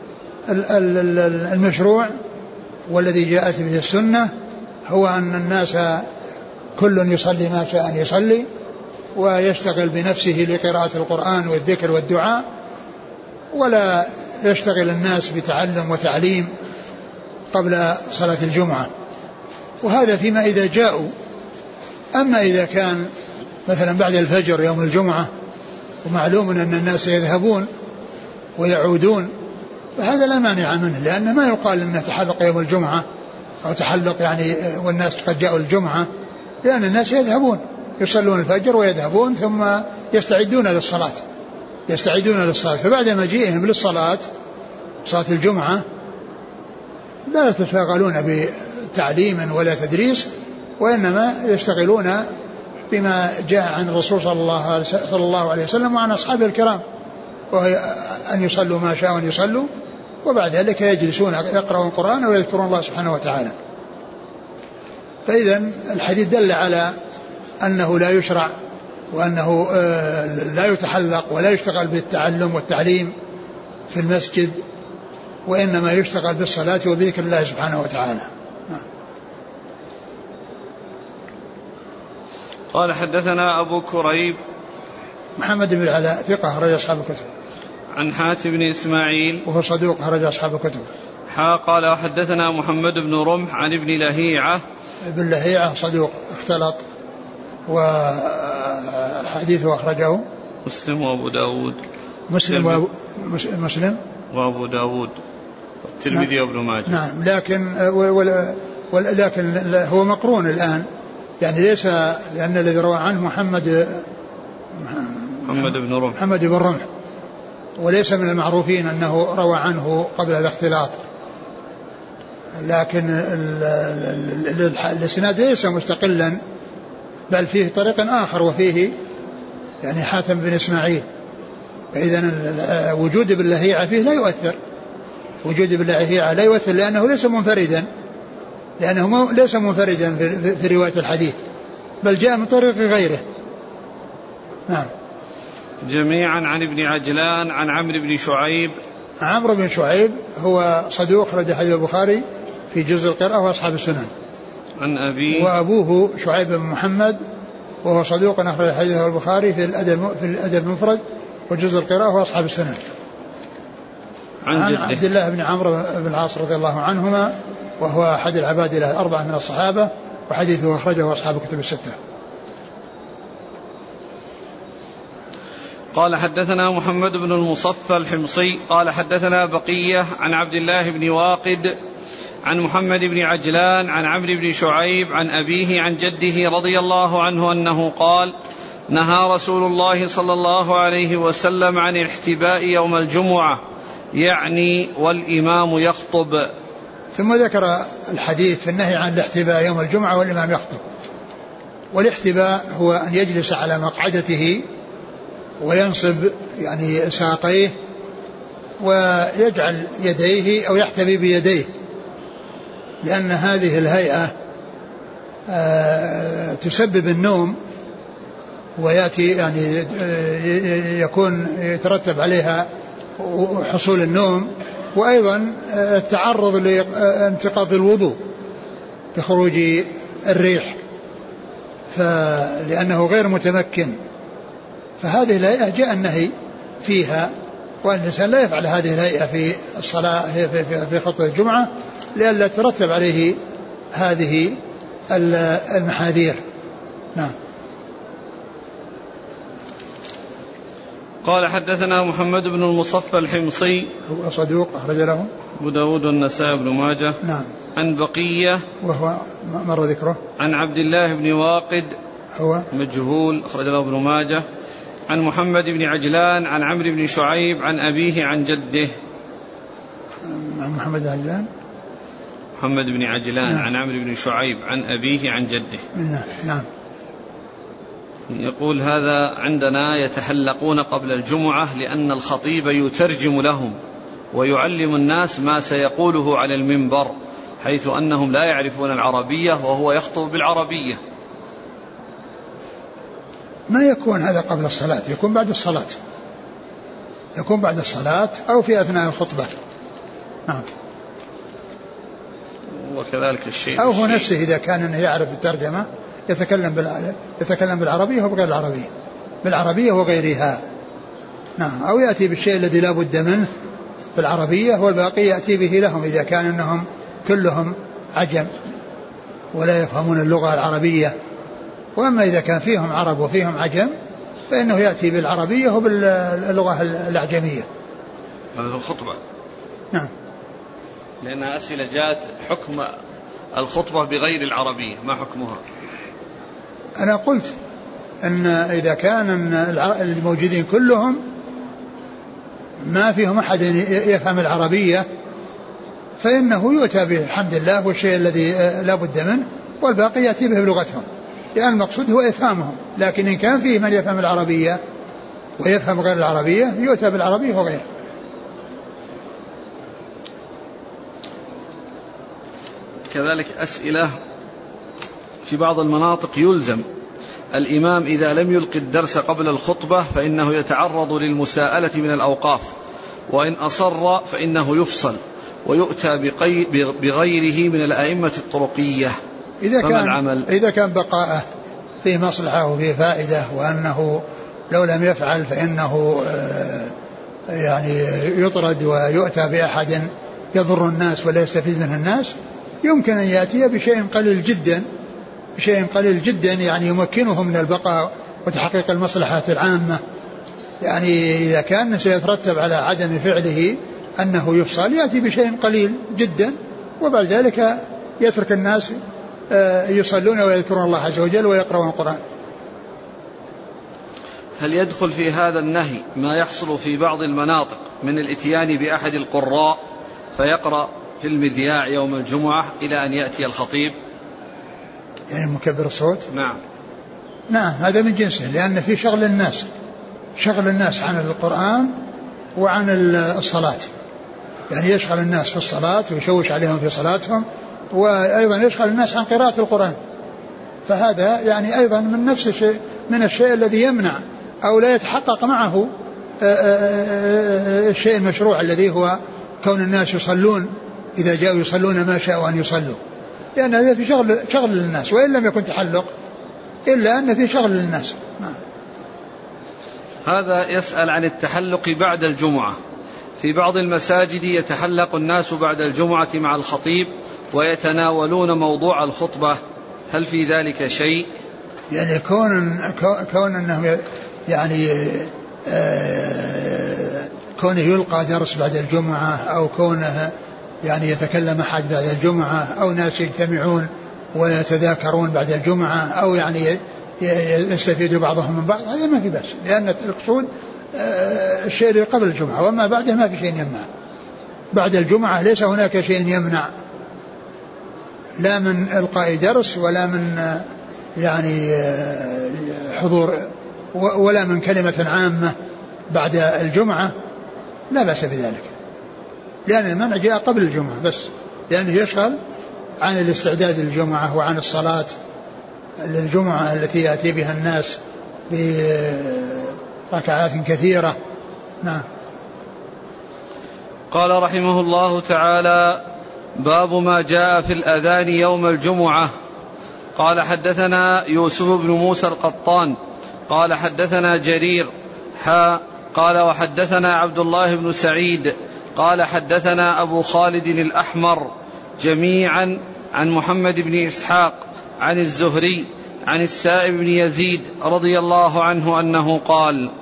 المشروع والذي جاءت به السنة هو أن الناس كل يصلي ما شاء أن يصلي ويشتغل بنفسه لقراءة القرآن والذكر والدعاء، ولا يشتغل الناس بتعلم وتعليم قبل صلاة الجمعة. وهذا فيما إذا جاءوا. أما إذا كان مثلا بعد الفجر يوم الجمعة ومعلوم أن الناس يذهبون ويعودون فهذا لا مانع منه، لأن ما يقال أنه تحلق يوم الجمعة أو تحلق يعني والناس قد جاءوا الجمعة، لأن الناس يذهبون يصلون الفجر ويذهبون ثم يستعدون للصلاة يستعدون للصلاة فبعد مجيئهم للصلاة صلاة الجمعة لا يتشاغلون بتعليم ولا تدريس، وإنما يشتغلون بما جاء عن الرسول صلى الله, صلى الله عليه وسلم وعن أصحابه الكرام، وهي أن يصلوا ما شاءوا أن يصلوا، وبعد ذلك يجلسون يقرؤون القرآن ويذكرون الله سبحانه وتعالى. فإذا الحديث دل على أنه لا يشرع وأنه لا يتحلق ولا يشتغل بالتعلم والتعليم في المسجد، وإنما يشتغل بالصلاة وبذكر الله سبحانه وتعالى. قال حدثنا أبو كريب محمد بن العلاء ثقة أخرج أصحاب الكتب. عن حاتم بن إسماعيل وهو صدوق أخرج أصحاب الكتب. حا قال وحدثنا محمد بن رمح عن ابن لهيعة. ابن لهيعة صدوق اختلط وحديثه أخرجه مسلم وأبو داود. مسلم وأبو مسلم وأبو داود والترمذي وابن ماجه. نعم، لكن ولكن هو مقرون الآن، يعني ليس، لأن الذي روى عنه محمد محمد بن رمح محمد بن رمح، وليس من المعروفين أنه روى عنه قبل الاختلاط، لكن الإسناد ليس مستقلا، بل فيه طريق آخر وفيه يعني حاتم بن إسماعيل. فإذا وجود ابن لهيعة فيه لا يؤثر، وجود ابن لهيعة لا يؤثر لأنه ليس منفردا، لأنه ليس منفردا في رواية الحديث، بل جاء من طريق غيره. نعم. جميعا عن ابن عجلان عن عمرو بن شعيب. عمرو بن شعيب هو صدوق خرج حديث البخاري في جزء القراءة وأصحاب السنن. عن أبيه. وأبوه شعيب بن محمد وهو صدوق أخرج حديثه البخاري في الأدب في الأدب المفرد وجزء القراءة وأصحاب السنن. عن, عن عبد الله بن عمرو بن العاص رضي الله عنهما وهو أحد العباد الأربعة من الصحابة، وحديثه أخرجه أصحاب الكتب الستة. قال حدثنا محمد بن المصفى الحمصي قال حدثنا بقية عن عبد الله بن واقد عن محمد بن عجلان عن عمرو بن شعيب عن أبيه عن جده رضي الله عنه أنه قال: نهى رسول الله صلى الله عليه وسلم عن الاحتباء يوم الجمعة، يعني والإمام يخطب. ثم ذكر الحديث في النهي عن الاحتباء يوم الجمعة والإمام يخطب. والاحتباء هو أن يجلس على مقعدته وينصب يعني ساقيه ويجعل يديه أو يحتبي بيديه، لأن هذه الهيئة تسبب النوم، ويأتي يعني يكون يترتب عليها حصول النوم، وأيضا التعرض لانتقاض الوضوء بخروج الريح لأنه غير متمكن. فهذه الهيئة جاء النهي فيها، وأن الإنسان لا يفعل هذه الهيئة في الصلاة في, في, في خطبة الجمعة لئلا ترتب عليه هذه المحاذير. نعم. قال حدثنا محمد بن المصفى الحمصي هو صدوق أخرج له أبو داود والنسائي بن ماجه. نعم. عن بقية وهو مر ذكره. عن عبد الله بن واقد هو مجهول أخرج له ابن ماجه. عن محمد بن عجلان عن عمرو بن شعيب عن أبيه عن جده. عن محمد بن عجلان محمد بن عجلان. نعم. عن عمرو بن شعيب عن أبيه عن جده. نعم. نعم. يقول: هذا عندنا يتحلقون قبل الجمعة لأن الخطيب يترجم لهم ويعلم الناس ما سيقوله على المنبر، حيث أنهم لا يعرفون العربية وهو يخطب بالعربية. ما يكون هذا قبل الصلاة، يكون بعد الصلاة، يكون بعد الصلاة أو في أثناء الخطبة. نعم. وكذلك الشيء أو هو نفسه إذا كان يعرف الترجمة يتكلم بالع... يتكلم بالعربية وبغير العربية، بالعربية وغيرها. نعم. أو يأتي بالشيء الذي لا بد منه بالعربية والباقي يأتي به لهم إذا كان أنهم كلهم عجم ولا يفهمون اللغة العربية. وأما إذا كان فيهم عرب وفيهم عجم فإنه يأتي بالعربية وباللغة الأعجمية. هذا في الخطبة. نعم. لأنها أسئلة جاءت حكم الخطبة بغير العربية، ما حكمها؟ أنا قلت أن إذا كان الموجودين كلهم ما فيهم أحد يفهم العربية فإنه يؤتى بحمد الله والشيء الذي لا بد منه والباقي يأتي به بلغتهم، لأن المقصود هو إفهامهم. لكن إن كان فيه من يفهم العربية ويفهم غير العربية يؤتى بالعربية وغيره. كذلك أسئلة في بعض المناطق يلزم الإمام إذا لم يلقي الدرس قبل الخطبة فإنه يتعرض للمساءلة من الأوقاف، وإن أصر فإنه يفصل ويؤتى بغيره من الأئمة الطرقية. إذا كان, العمل؟ إذا كان بقاءه فيه مصلحة وفيه فائدة، وأنه لو لم يفعل فإنه يعني يطرد ويؤتى بأحد يضر الناس ولا يستفيد منه الناس، يمكن أن يأتي بشيء قليل جدا بشيء قليل جدا يعني يمكنه من البقاء وتحقيق المصلحة العامة. يعني إذا كان سيترتب على عدم فعله أنه يفصل يأتي بشيء قليل جدا، وبعد ذلك يترك الناس يصلون ويذكرون الله عز وجل ويقرؤون القرآن. هل يدخل في هذا النهي ما يحصل في بعض المناطق من الاتيان بأحد القراء فيقرأ في المذياع يوم الجمعة إلى أن يأتي الخطيب؟ يعني مكبر الصوت. نعم. نعم هذا من جنسه، لأن في شغل الناس شغل الناس عن القرآن وعن الصلاة، يعني يشغل الناس في الصلاة ويشوش عليهم في صلاتهم، وأيضا يشغل الناس عن قراءة القرآن، فهذا يعني أيضا من نفس الشيء، من الشيء الذي يمنع أو لا يتحقق معه الشيء المشروع الذي هو كون الناس يصلون إذا جاءوا يصلون ما شاءوا أن يصلوا، لأن هذا في شغل شغل للناس، وإن لم يكن تحلق إلا أن في شغل للناس. هذا يسأل عن التحلق بعد الجمعة. في بعض المساجد يتحلق الناس بعد الجمعة مع الخطيب ويتناولون موضوع الخطبة، هل في ذلك شيء؟ يعني كون كون أنهم يعني آه كونه يلقى درس بعد الجمعة، أو كونه يعني يتكلم أحد بعد الجمعة، أو ناس يجتمعون ويتذاكرون بعد الجمعة، أو يعني يستفيد بعضهم من بعض، هذا ما في بأس، لأن المقصود الشيء اللي قبل الجمعة، وما بعدها ما في شيء يمنع. بعد الجمعة ليس هناك شيء يمنع، لا من إلقاء درس ولا من يعني حضور ولا من كلمة عامة بعد الجمعة، لا بأس بذلك، لأن المنع جاء قبل الجمعة بس، لأنه يشغل عن الاستعداد للجمعة وعن الصلاة للجمعة التي يأتي بها الناس بركعات كثيرة. نعم. قال رحمه الله تعالى: باب ما جاء في الأذان يوم الجمعة. قال حدثنا يوسف بن موسى القطان قال حدثنا جرير حا قال وحدثنا عبد الله بن سعيد قال حدثنا أبو خالد الأحمر جميعا عن محمد بن إسحاق عن الزهري عن السائب بن يزيد رضي الله عنه أنه قال: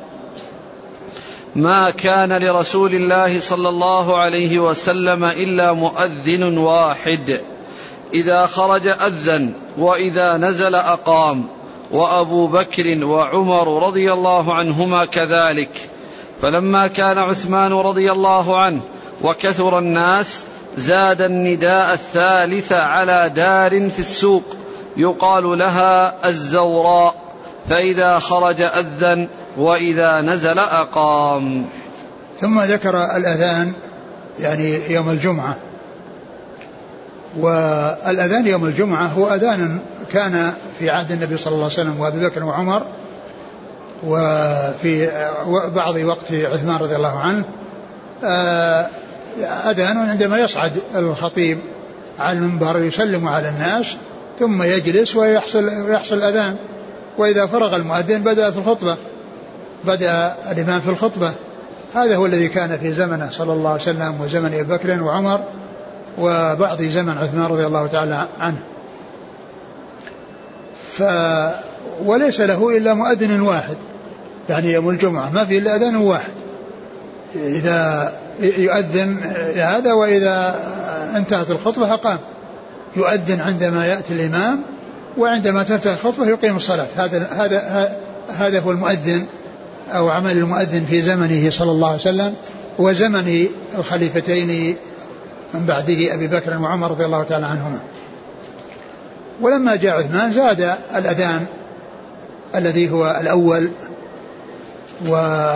ما كان لرسول الله صلى الله عليه وسلم إلا مؤذن واحد، إذا خرج أذن وإذا نزل أقام، وأبو بكر وعمر رضي الله عنهما كذلك. فلما كان عثمان رضي الله عنه وكثر الناس زاد النداء الثالث على دار في السوق يقال لها الزوراء، فإذا خرج أذن وإذا نزل أقام. ثم ذكر الأذان يعني يوم الجمعة. والأذان يوم الجمعة هو أذان كان في عهد النبي صلى الله عليه وسلم وأبي بكر وعمر، وفي بعض وقت عثمان رضي الله عنه، أذان عندما يصعد الخطيب على المنبر يسلم على الناس ثم يجلس ويحصل يحصل أذان، وإذا فرغ المؤذن بدأت الخطبة، بدأ الإمام في الخطبة. هذا هو الذي كان في زمنه صلى الله عليه وسلم وزمن أبي بكر وعمر وبعض زمن عثمان رضي الله تعالى عنه. ف وليس له إلا مؤذن واحد، يعني يوم الجمعة ما في إلا أذان واحد، إذا يؤذن هذا وإذا انتهت الخطبة أقام، يؤذن عندما يأتي الإمام، وعندما تنتهي الخطبة يقيم الصلاة. هذا هذا هذا هو المؤذن أو عمل المؤذن في زمنه صلى الله عليه وسلم وزمن الخليفتين من بعده أبي بكر وعمر رضي الله تعالى عنهما. ولما جاء عثمان زاد الأذان الذي هو الأول، و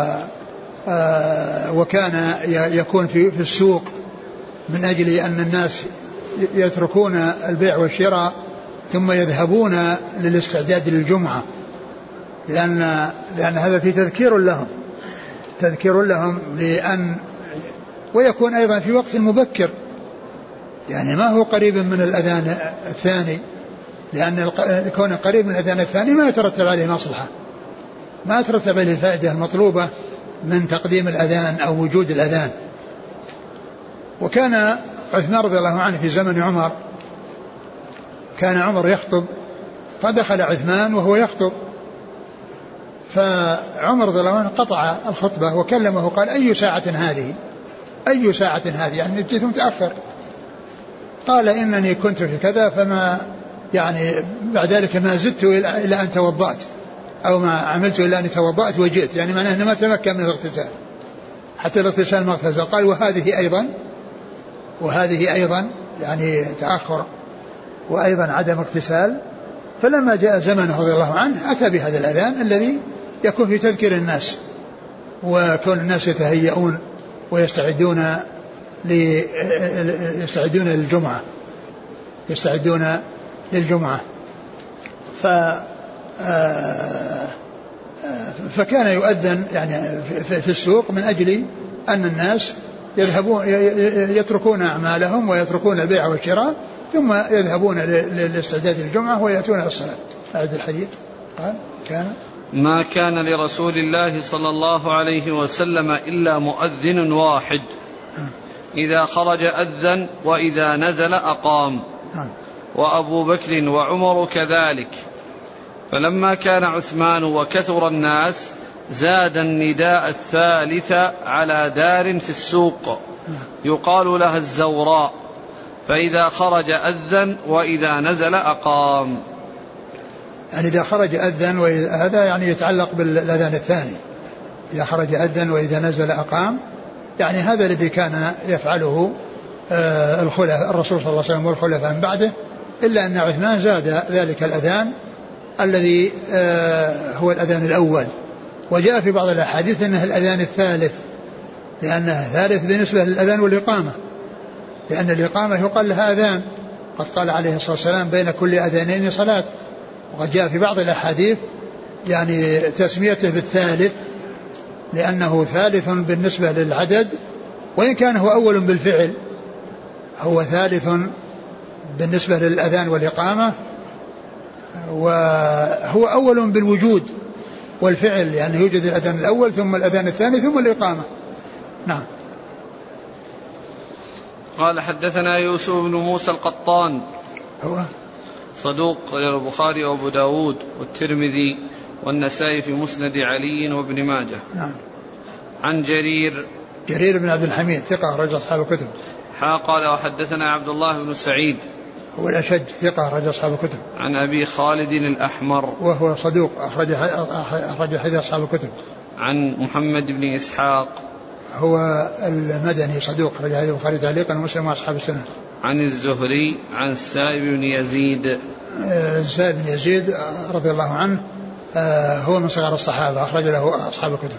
وكان يكون في في السوق من أجل أن الناس يتركون البيع والشراء ثم يذهبون للاستعداد للجمعة، لأن لأن هذا في تذكير لهم تذكير لهم لأن ويكون أيضا في وقت مبكر، يعني ما هو قريب من الأذان الثاني، لأن كون قريب من الأذان الثاني ما يترتب عليه مصلحة، ما يترتب عليه الفائدة المطلوبة من تقديم الأذان أو وجود الأذان. وكان عثمان رضي الله عنه في زمن عمر، كان عمر يخطب فدخل عثمان وهو يخطب، فعمر رضي الله عنه قطع الخطبة وكلمه قال: أي ساعة هذه أي ساعة هذه يعني جئت متأخر. قال: إنني كنت في كذا، فما يعني بعد ذلك ما زدت إلى أن توضأت، أو ما عملت إلا أن توضأت وجئت، يعني معناه أنه ما تمكن من الاغتسال حتى الاغتسال ما اغتسل. قال: وهذه أيضا وهذه أيضا يعني تأخر وأيضا عدم اغتسال. فلما جاء زمنه رضي الله عنه أتى بهذا الأذان الذي يكون في تذكير الناس، وكون الناس يتهيئون ويستعدون يستعدون للجمعة يستعدون للجمعة ف فكان يؤذن يعني في السوق من أجل أن الناس يذهبون يتركون أعمالهم ويتركون البيع والشراء ثم يذهبون لاستعداد الجمعة ويأتون إلى الصلاة. أعد الحديث. قال كان ما كان لرسول الله صلى الله عليه وسلم إلا مؤذن واحد، إذا خرج أذن وإذا نزل أقام، وأبو بكر وعمر كذلك. فلما كان عثمان وكثر الناس زاد النداء الثالث على دار في السوق يقال لها الزوراء، فإذا خرج أذن وإذا نزل أقام. يعني إذا خرج أذن، وهذا يعني يتعلق بالأذان الثاني، إذا خرج أذن وإذا نزل أقام، يعني هذا الذي كان يفعله الخلفاء الرسول صلى الله عليه وسلم والخلفاء من بعده، إلا أن عثمان زاد ذلك الأذان الذي هو الأذان الأول، وجاء في بعض الأحاديث أنه الأذان الثالث، لأنه ثالث بالنسبة للأذان والإقامة، لأن الإقامة يقال لها أذان، قد قال عليه الصلاة والسلام بين كل أذانين صلاة. وقد جاء في بعض الأحاديث يعني تسميته بالثالث لأنه ثالث بالنسبة للعدد، وإن كان هو أول بالفعل، هو ثالث بالنسبة للأذان والإقامة، وهو أول بالوجود والفعل، لأنه يوجد الأذان الأول ثم الأذان الثاني ثم الإقامة. نعم. قال حدثنا يوسف بن موسى القطان، هو صدوق البخاري وأبو داود والترمذي والنسائي في مسند علي وابن ماجه. نعم. عن جرير جرير بن عبد الحميد ثقة رجل أصحاب الكتب. حا قال وحدثنا عبد الله بن سعيد هو الأشج ثقة رجل أصحاب الكتب. عن أبي خالد الأحمر وهو صدوق أخرج أخرج حديث أصحاب الكتب. عن محمد بن إسحاق هو المدني صدوق أخرج حديث البخاري تعليقا ومسلم وأصحاب السنة. عن الزهري عن السائب بن يزيد السائب بن يزيد رضي الله عنه هو من صغار الصحابة أخرج له أصحاب الكتب.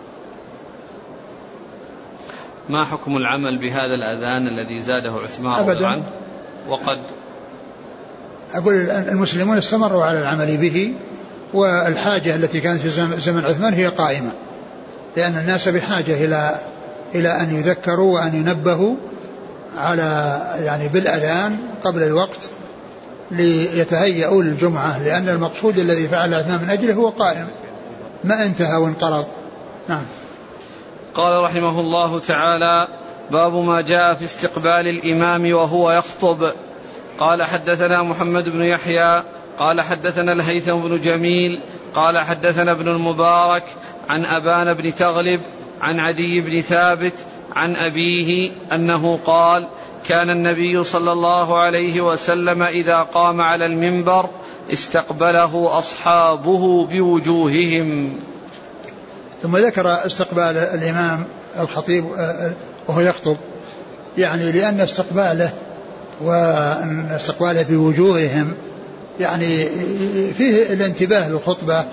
ما حكم العمل بهذا الأذان الذي زاده عثمان أبدا عنه؟ وقد أقول المسلمون استمروا على العمل به، والحاجة التي كانت في زمن عثمان هي قائمة، لأن الناس بحاجة إلى إلى أن يذكروا وأن ينبهوا على يعني بالأذان قبل الوقت ليتهيئوا للجمعة، لأن المقصود الذي فعل عثمان من أجله هو قائم ما انتهى وانقرض. نعم. قال رحمه الله تعالى: باب ما جاء في استقبال الإمام وهو يخطب. قال حدثنا محمد بن يحيى قال حدثنا الهيثم بن جميل قال حدثنا ابن المبارك عن أبان بن تغلب عن عدي بن ثابت عن أبيه أنه قال: كان النبي صلى الله عليه وسلم إذا قام على المنبر استقبله أصحابه بوجوههم. ثم ذكر استقبال الإمام الخطيب وهو يخطب، يعني لأن استقباله واستقباله بوجوههم يعني فيه الانتباه للخطبة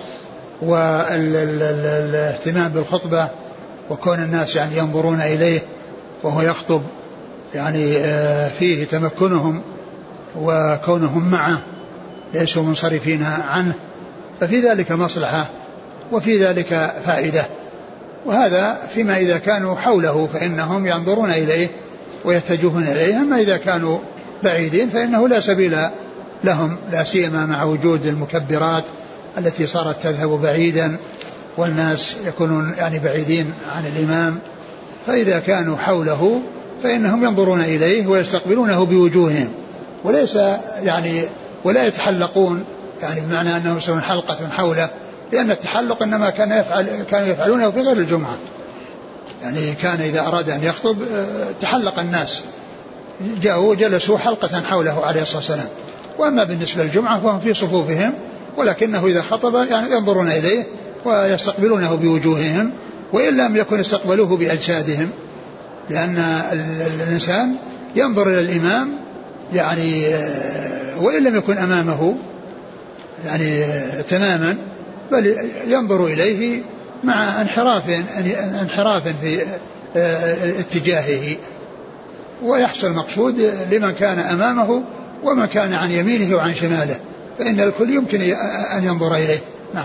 والاهتمام بالخطبة، وكون الناس يعني ينظرون إليه وهو يخطب يعني فيه تمكنهم وكونهم معه ليسوا منصرفين عنه، ففي ذلك مصلحة وفي ذلك فائدة. وهذا فيما إذا كانوا حوله فإنهم ينظرون إليه ويتجهون إليه، أما إذا كانوا بعيدين فإنه لا سبيل لهم، لا سيما مع وجود المكبرات التي صارت تذهب بعيدا والناس يكونون يعني بعيدين عن الإمام، فإذا كانوا حوله فإنهم ينظرون إليه ويستقبلونه بوجوههم، وليس يعني ولا يتحلقون يعني بمعنى أنه يسوون حلقة حوله، لأن التحلق إنما كان يفعل كانوا يفعلونه في غير الجمعة، يعني كان إذا أراد أن يخطب تحلق الناس جاءوا جلسوا حلقة حوله عليه الصلاة والسلام. وأما بالنسبة للجمعة فهم في صفوفهم، ولكنه إذا خطب يعني ينظرون إليه ويستقبلونه بوجوههم، وإن لم يكن يستقبلوه بأجسادهم، لأن الإنسان ينظر إلى الإمام يعني وإن لم يكن أمامه يعني تماما، بل ينظر إليه مع انحراف انحراف في اتجاهه، ويحصل مقصود لمن كان أمامه ومن كان عن يمينه وعن شماله، فإن الكل يمكن أن ينظر إليه. نعم.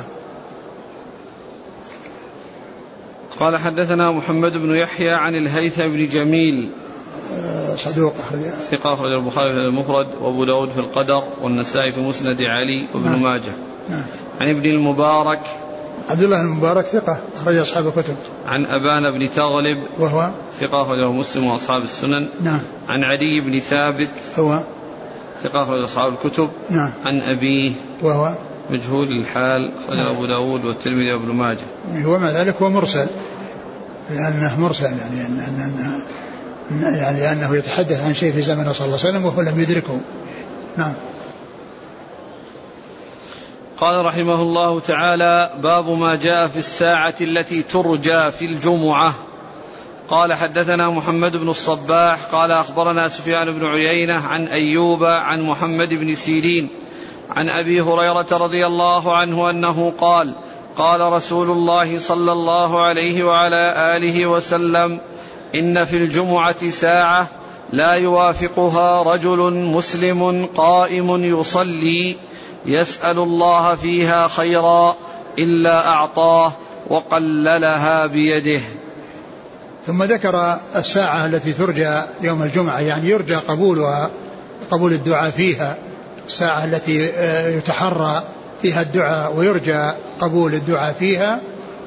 قال حدثنا محمد بن يحيى عن الهيثم بن جميل صدوق ثقة أخرج البخاري في المفرد وأبو داود في القدر والنسائي في مسند علي وابن نعم. ماجه. نعم. عن ابن المبارك عبد الله المبارك ثقة أخرج أصحاب الكتب. عن أبان بن تغلب وهو ثقة أخرجه مسلم وأصحاب السنن. نعم. عن عدي بن ثابت هو ثقة أخرج أصحاب الكتب. نعم. عن أبيه وهو مجهول الحال أخرج نعم. أبو داود والترمذي وابن ماجه. هو مع ذلك هو مرسل، لأنه مرسل يعني أنه يعني لأنه يتحدث عن شيء في زمن صلى الله عليه وسلم وهو لم يدركه. نعم. قال رحمه الله تعالى: باب ما جاء في الساعة التي ترجى في الجمعة. قال حدثنا محمد بن الصباح قال أخبرنا سفيان بن عيينة عن أيوب عن محمد بن سيرين عن أبي هريرة رضي الله عنه أنه قال: قال رسول الله صلى الله عليه وعلى آله وسلم: إن في الجمعة ساعة لا يوافقها رجل مسلم قائم يصلي يسأل الله فيها خيرا إلا أعطاه وقللها بيده. ثم ذكر الساعة التي ترجى يوم الجمعة، يعني يرجى قبولها، قبول الدعاء فيها، الساعة التي يتحرى فيها الدعاء ويرجى قبول الدعاء فيها.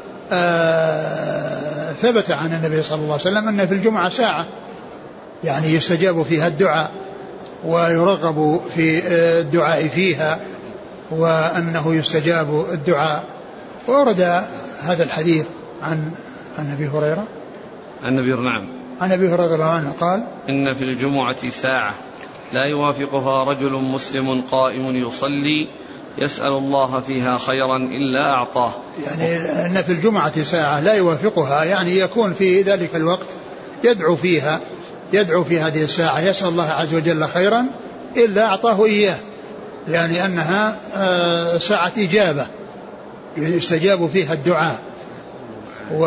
آه ثبت عن النبي صلى الله عليه وسلم أن في الجمعة ساعة يعني يستجاب فيها الدعاء ويرغب في الدعاء فيها، وأنه يستجاب الدعاء. وورد هذا الحديث عن عن أبي هريرة عن أبي نعم عن أبي هريرة رضي الله عنه قال: إن في الجمعة ساعة لا يوافقها رجل مسلم قائم يصلي يسأل الله فيها خيرا إلا أعطاه. يعني أن في الجمعة ساعة لا يوافقها، يعني يكون في ذلك الوقت يدعو فيها يدعو في هذه الساعة يسأل الله عز وجل خيرا إلا أعطاه إياه، يعني أنها ساعة إجابة يستجاب فيها الدعاء. و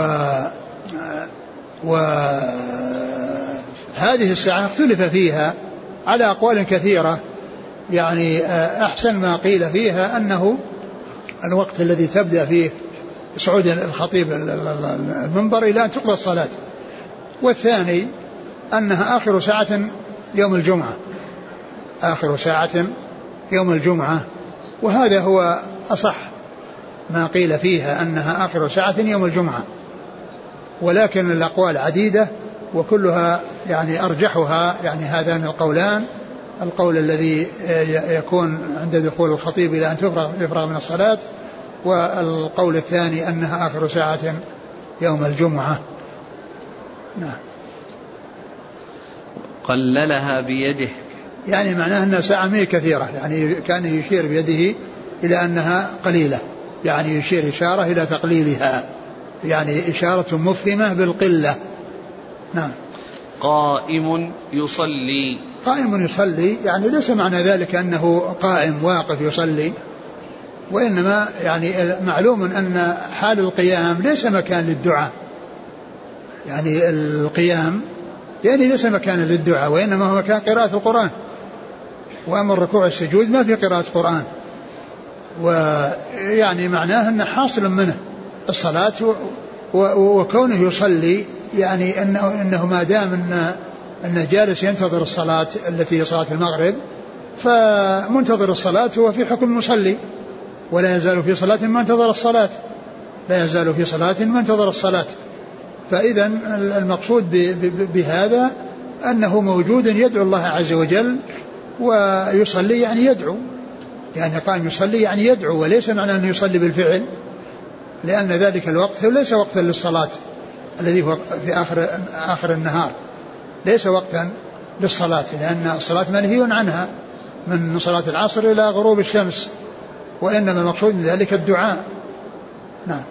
وهذه الساعة اختلف فيها على أقوال كثيرة، يعني أحسن ما قيل فيها أنه الوقت الذي تبدأ فيه صعود الخطيب المنبر إلى أن تقضى الصلاة، والثاني أنها آخر ساعة يوم الجمعة آخر ساعة يوم الجمعة وهذا هو أصح ما قيل فيها أنها آخر ساعة يوم الجمعة. ولكن الأقوال عديدة وكلها يعني أرجحها يعني هذان القولان: القول الذي يكون عند دخول الخطيب إلى أن يفرغ من الصلاة، والقول الثاني أنها آخر ساعة يوم الجمعة. نعم. قللها بيده، يعني معناه أنها ساعة مئة كثيرة، يعني كان يشير بيده إلى أنها قليلة، يعني يشير إشارة إلى تقليلها، يعني إشارة مفهمة بالقلة. نعم. قائم يصلي قائم يصلي يعني ليس معنى ذلك أنه قائم واقف يصلي، وإنما يعني معلوم أن حال القيام ليس مكان للدعاء، يعني القيام يعني ليس مكان للدعاء وإنما هو مكان قراءة القرآن، وأما الركوع والسجود ما في قراءة قرآن، ويعني معناه أن حاصل منه الصلاة وكونه يصلي، يعني أنه, إنه ما دام أن أنه جالس ينتظر الصلاة التي هي صلاة المغرب، فمنتظر الصلاة هو في حكم المصلي، ولا يزال في صلاة ما انتظر الصلاة لا يزال في صلاة ما انتظر الصلاة. فإذا المقصود بهذا أنه موجود يدعو الله عز وجل ويصلي، يعني يدعو، يعني قام يصلي يعني يدعو، وليس معنى أنه يصلي بالفعل، لأن ذلك الوقت ليس وقتا للصلاة الذي هو في آخر, آخر النهار، ليس وقتا للصلاة، لأن الصلاة منهي عنها من صلاة العصر إلى غروب الشمس، وإنما المقصود من ذلك الدعاء. نعم.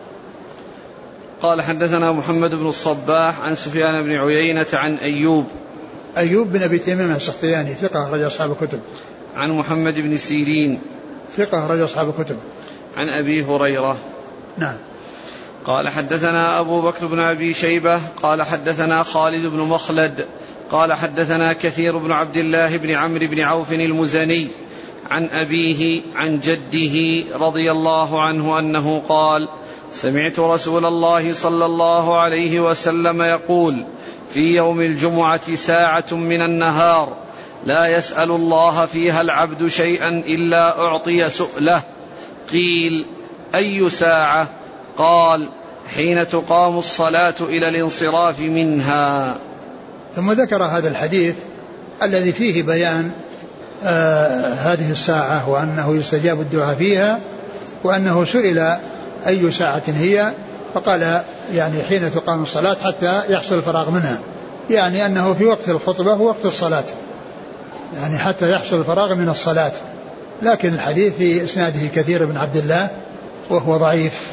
قال حدثنا محمد بن الصباح عن سفيان بن عيينة عن أيوب أيوب بن أبي تميم السختياني ثقة أخرج أصحاب الكتب. عن محمد بن سيرين ثقة أخرج أصحاب الكتب. عن أبي هريرة. نعم. قال حدثنا أبو بكر بن أبي شيبة قال حدثنا خالد بن مخلد قال حدثنا كثير بن عبد الله بن عمرو بن عوف المزني عن أبيه عن جده رضي الله عنه أنه قال سمعت رسول الله صلى الله عليه وسلم يقول في يوم الجمعة ساعة من النهار لا يسأل الله فيها العبد شيئا إلا أعطي سؤله. قيل أي ساعة؟ قال حين تقام الصلاة إلى الانصراف منها. ثم ذكر هذا الحديث الذي فيه بيان آه هذه الساعة وأنه يستجاب الدعاء فيها وأنه سئل أي ساعة هي فقال يعني حين تقام الصلاة حتى يحصل الفراغ منها، يعني أنه في وقت الخطبة ووقت الصلاة، يعني حتى يحصل الفراغ من الصلاة. لكن الحديث في إسناده كثير بن عبد الله وهو ضعيف،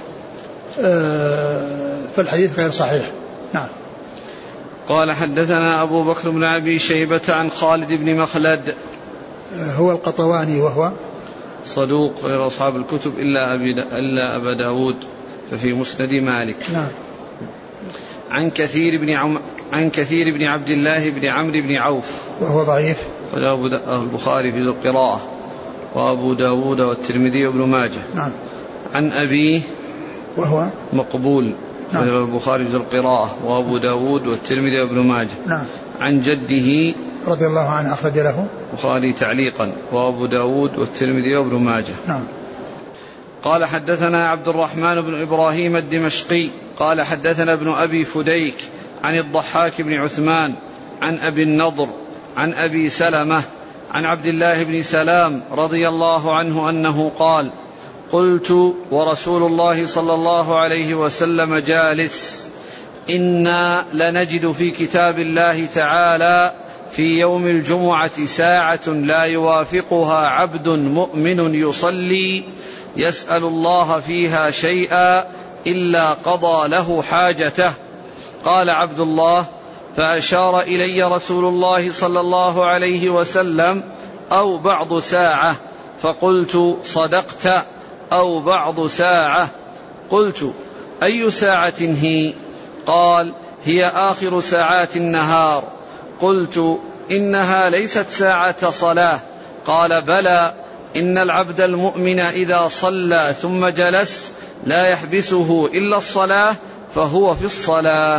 فالحديث غير صحيح. نعم. قال حدثنا أبو بكر بن أبي شيبة عن خالد بن مخلد هو القطواني وهو صدوق غير أصحاب الكتب إلا أبي إلا أبا داود ففي مسند مالك. نعم. عن كثير بن عم عن كثير بن عبد الله بن عمرو بن عوف وهو ضعيف، وأبو البخاري في القراءة وأبو داود والترمذي وابن ماجه. نعم. عن أبيه وهو مقبول. نعم. البخاري في القراءة وأبو داود والترمذي وابن ماجه. نعم. عن جده رضي الله عنه أخرج له البخاري تعليقا وأبو داود والترمذي وابن ماجه. نعم. قال حدثنا عبد الرحمن بن إبراهيم الدمشقي قال حدثنا ابن أبي فديك عن الضحاك بن عثمان عن أبي النضر عن أبي سلمة عن عبد الله بن سلام رضي الله عنه أنه قال قلت ورسول الله صلى الله عليه وسلم جالس إنا لنجد في كتاب الله تعالى في يوم الجمعة ساعة لا يوافقها عبد مؤمن يصلي يسأل الله فيها شيئا إلا قضى له حاجته. قال عبد الله فأشار إلي رسول الله صلى الله عليه وسلم أو بعض ساعة، فقلت صدقت أو بعض ساعة. قلت أي ساعة هي؟ قال هي آخر ساعات النهار. قلت إنها ليست ساعة صلاة. قال بلى إن العبد المؤمن إذا صلى ثم جلس لا يحبسه إلا الصلاة فهو في الصلاة.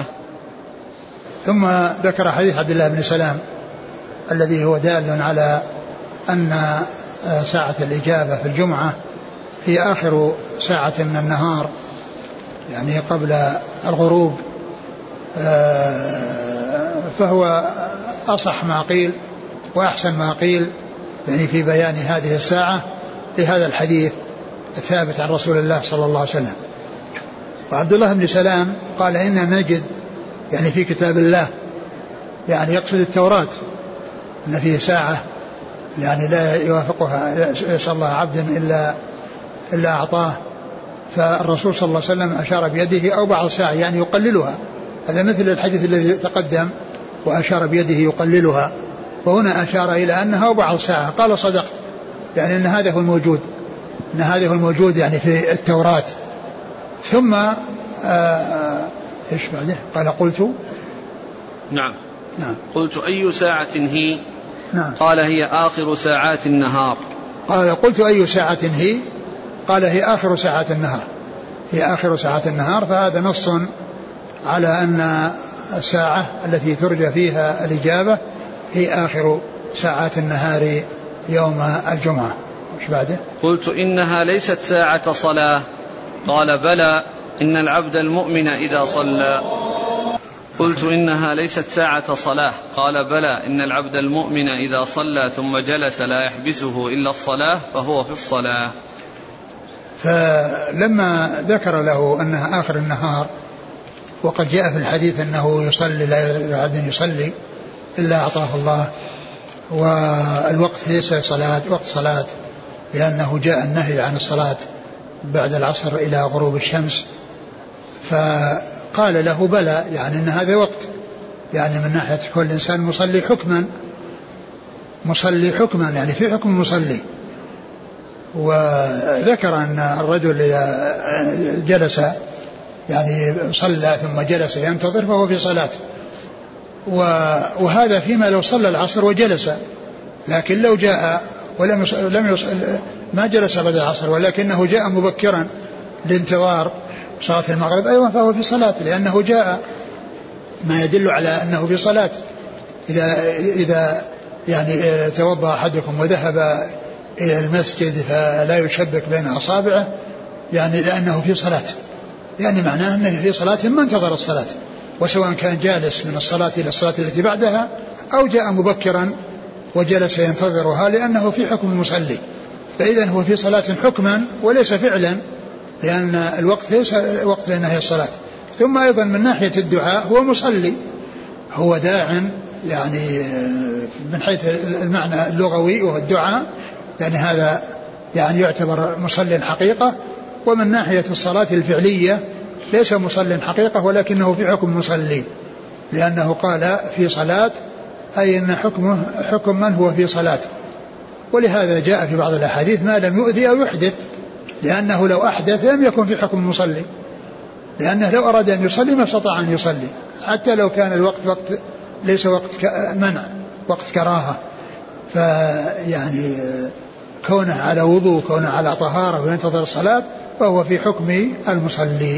ثم ذكر حديث عبد الله بن سلام الذي هو دال على أن ساعة الإجابة في الجمعة هي آخر ساعة من النهار، يعني قبل الغروب، فهو أصح ما قيل وأحسن ما قيل يعني في بيان هذه الساعة لهذا الحديث الثابت عن رسول الله صلى الله عليه وسلم. وعبد الله بن سلام قال إننا نجد يعني في كتاب الله، يعني يقصد التوراة، أن فيه ساعة يعني لا يوافقها يسأل الله عبد إلا, إلا أعطاه. فالرسول صلى الله عليه وسلم أشار بيده أو بعض ساعة يعني يقللها، هذا مثل الحديث الذي تقدم وأشار بيده يقللها، وهنا أشار إلى أنها بعض ساعة. قال صدقت، يعني أن هذا هو الموجود، أن هذا هو الموجود يعني في التوراة. ثم آآ إيش بعده؟ قال قلت نعم نعم قلت أي ساعة هي؟ نعم. قال هي آخر ساعات النهار. قال قلت أي ساعة هي؟ قال هي آخر ساعات النهار، هي آخر ساعات النهار. فهذا نص على أن الساعة التي ترجى فيها الإجابة هي آخر ساعات النهار يوم الجمعة. وش بعده؟ قلت إنها ليست ساعة صلاة. قال بلى إن العبد المؤمن إذا صلى. قلت إنها ليست ساعة صلاة. قال بلى إن العبد المؤمن إذا صلى ثم جلس لا يحبسه إلا الصلاة فهو في الصلاة. فلما ذكر له أنها آخر النهار، وقد جاء في الحديث أنه يصلي لا عبد يصلي إلا أعطاه الله، والوقت ليس صلاة وقت صلاة، لأنه جاء النهي عن الصلاة بعد العصر إلى غروب الشمس، فقال له بلى، يعني أن هذا وقت، يعني من ناحية كل إنسان مصلي حكما، مصلي حكما يعني في حكم مصلي. وذكر أن الرجل إذا جلس يعني صلى ثم جلس ينتظر فهو في صلاة، وهذا فيما لو صلى العصر وجلس، لكن لو جاء ولم يصل لم يصل ما جلس بعد العصر ولكنه جاء مبكرا لانتظار صلاة المغرب أيضا فهو في صلاة، لأنه جاء ما يدل على أنه في صلاة. إذا إذا يعني توضأ أحدكم وذهب إلى المسجد فلا يشبك بين أصابعه يعني لأنه في صلاة، يعني معناه أنه في صلاة ما انتظر الصلاة، وسواء كان جالس من الصلاة إلى الصلاة التي بعدها أو جاء مبكرا وجلس ينتظرها لأنه في حكم المصلي. فإذا هو في صلاة حكما وليس فعلا، لأن الوقت ليس وقت لنهي الصلاة. ثم أيضا من ناحية الدعاء هو مصلي، هو داع يعني من حيث المعنى اللغوي وهو الدعاء، يعني هذا يعني يعتبر مصلي حقيقة. ومن ناحية الصلاة الفعلية ليس مصلي حقيقة ولكنه في حكم مصلي، لأنه قال في صلاة أي أن حكمه حكم من هو في صلاة. ولهذا جاء في بعض الأحاديث ما لم يؤذي أو يحدث، لأنه لو أحدث لم يكن في حكم المصلي، لأنه لو أراد أن يصلي ما استطاع أن يصلي حتى لو كان الوقت وقت ليس وقت منع، وقت كراهة. فيعني كونه على وضوء كونه على طهارة وينتظر الصلاة فهو في حكم المصلي.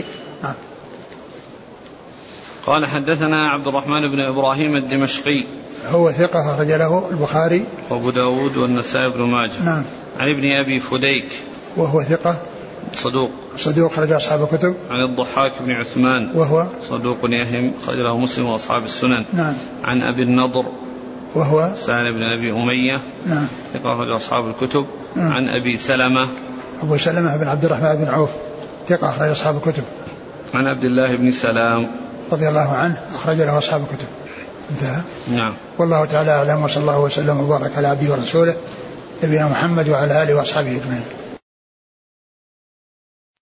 قال حدثنا عبد الرحمن بن إبراهيم الدمشقي هو ثقة أخرج له البخاري وأبو داود والنسائي بن ماجه. نعم. عن ابن أبي فديك وهو ثقة صدوق صدوق أخرج أصحاب الكتب. عن الضحاك بن عثمان وهو صدوق يهم أخرج له مسلم وأصحاب السنن. نعم. عن أبي النضر وهو سالم بن أبي أمية. نعم. ثقة أخرج أصحاب الكتب. نعم. عن أبي سلمة أبو سلمة بن عبد الرحمن بن عوف ثقة أخرج أصحاب الكتب. عن عبد الله بن سلام رضي الله عنه أخرج له أصحاب الكتب. انتهى. نعم. والله تعالى أعلم، وصلى الله وسلم وبارك على عبده ورسوله نبينا محمد وعلى آله وأصحابه أجمعين.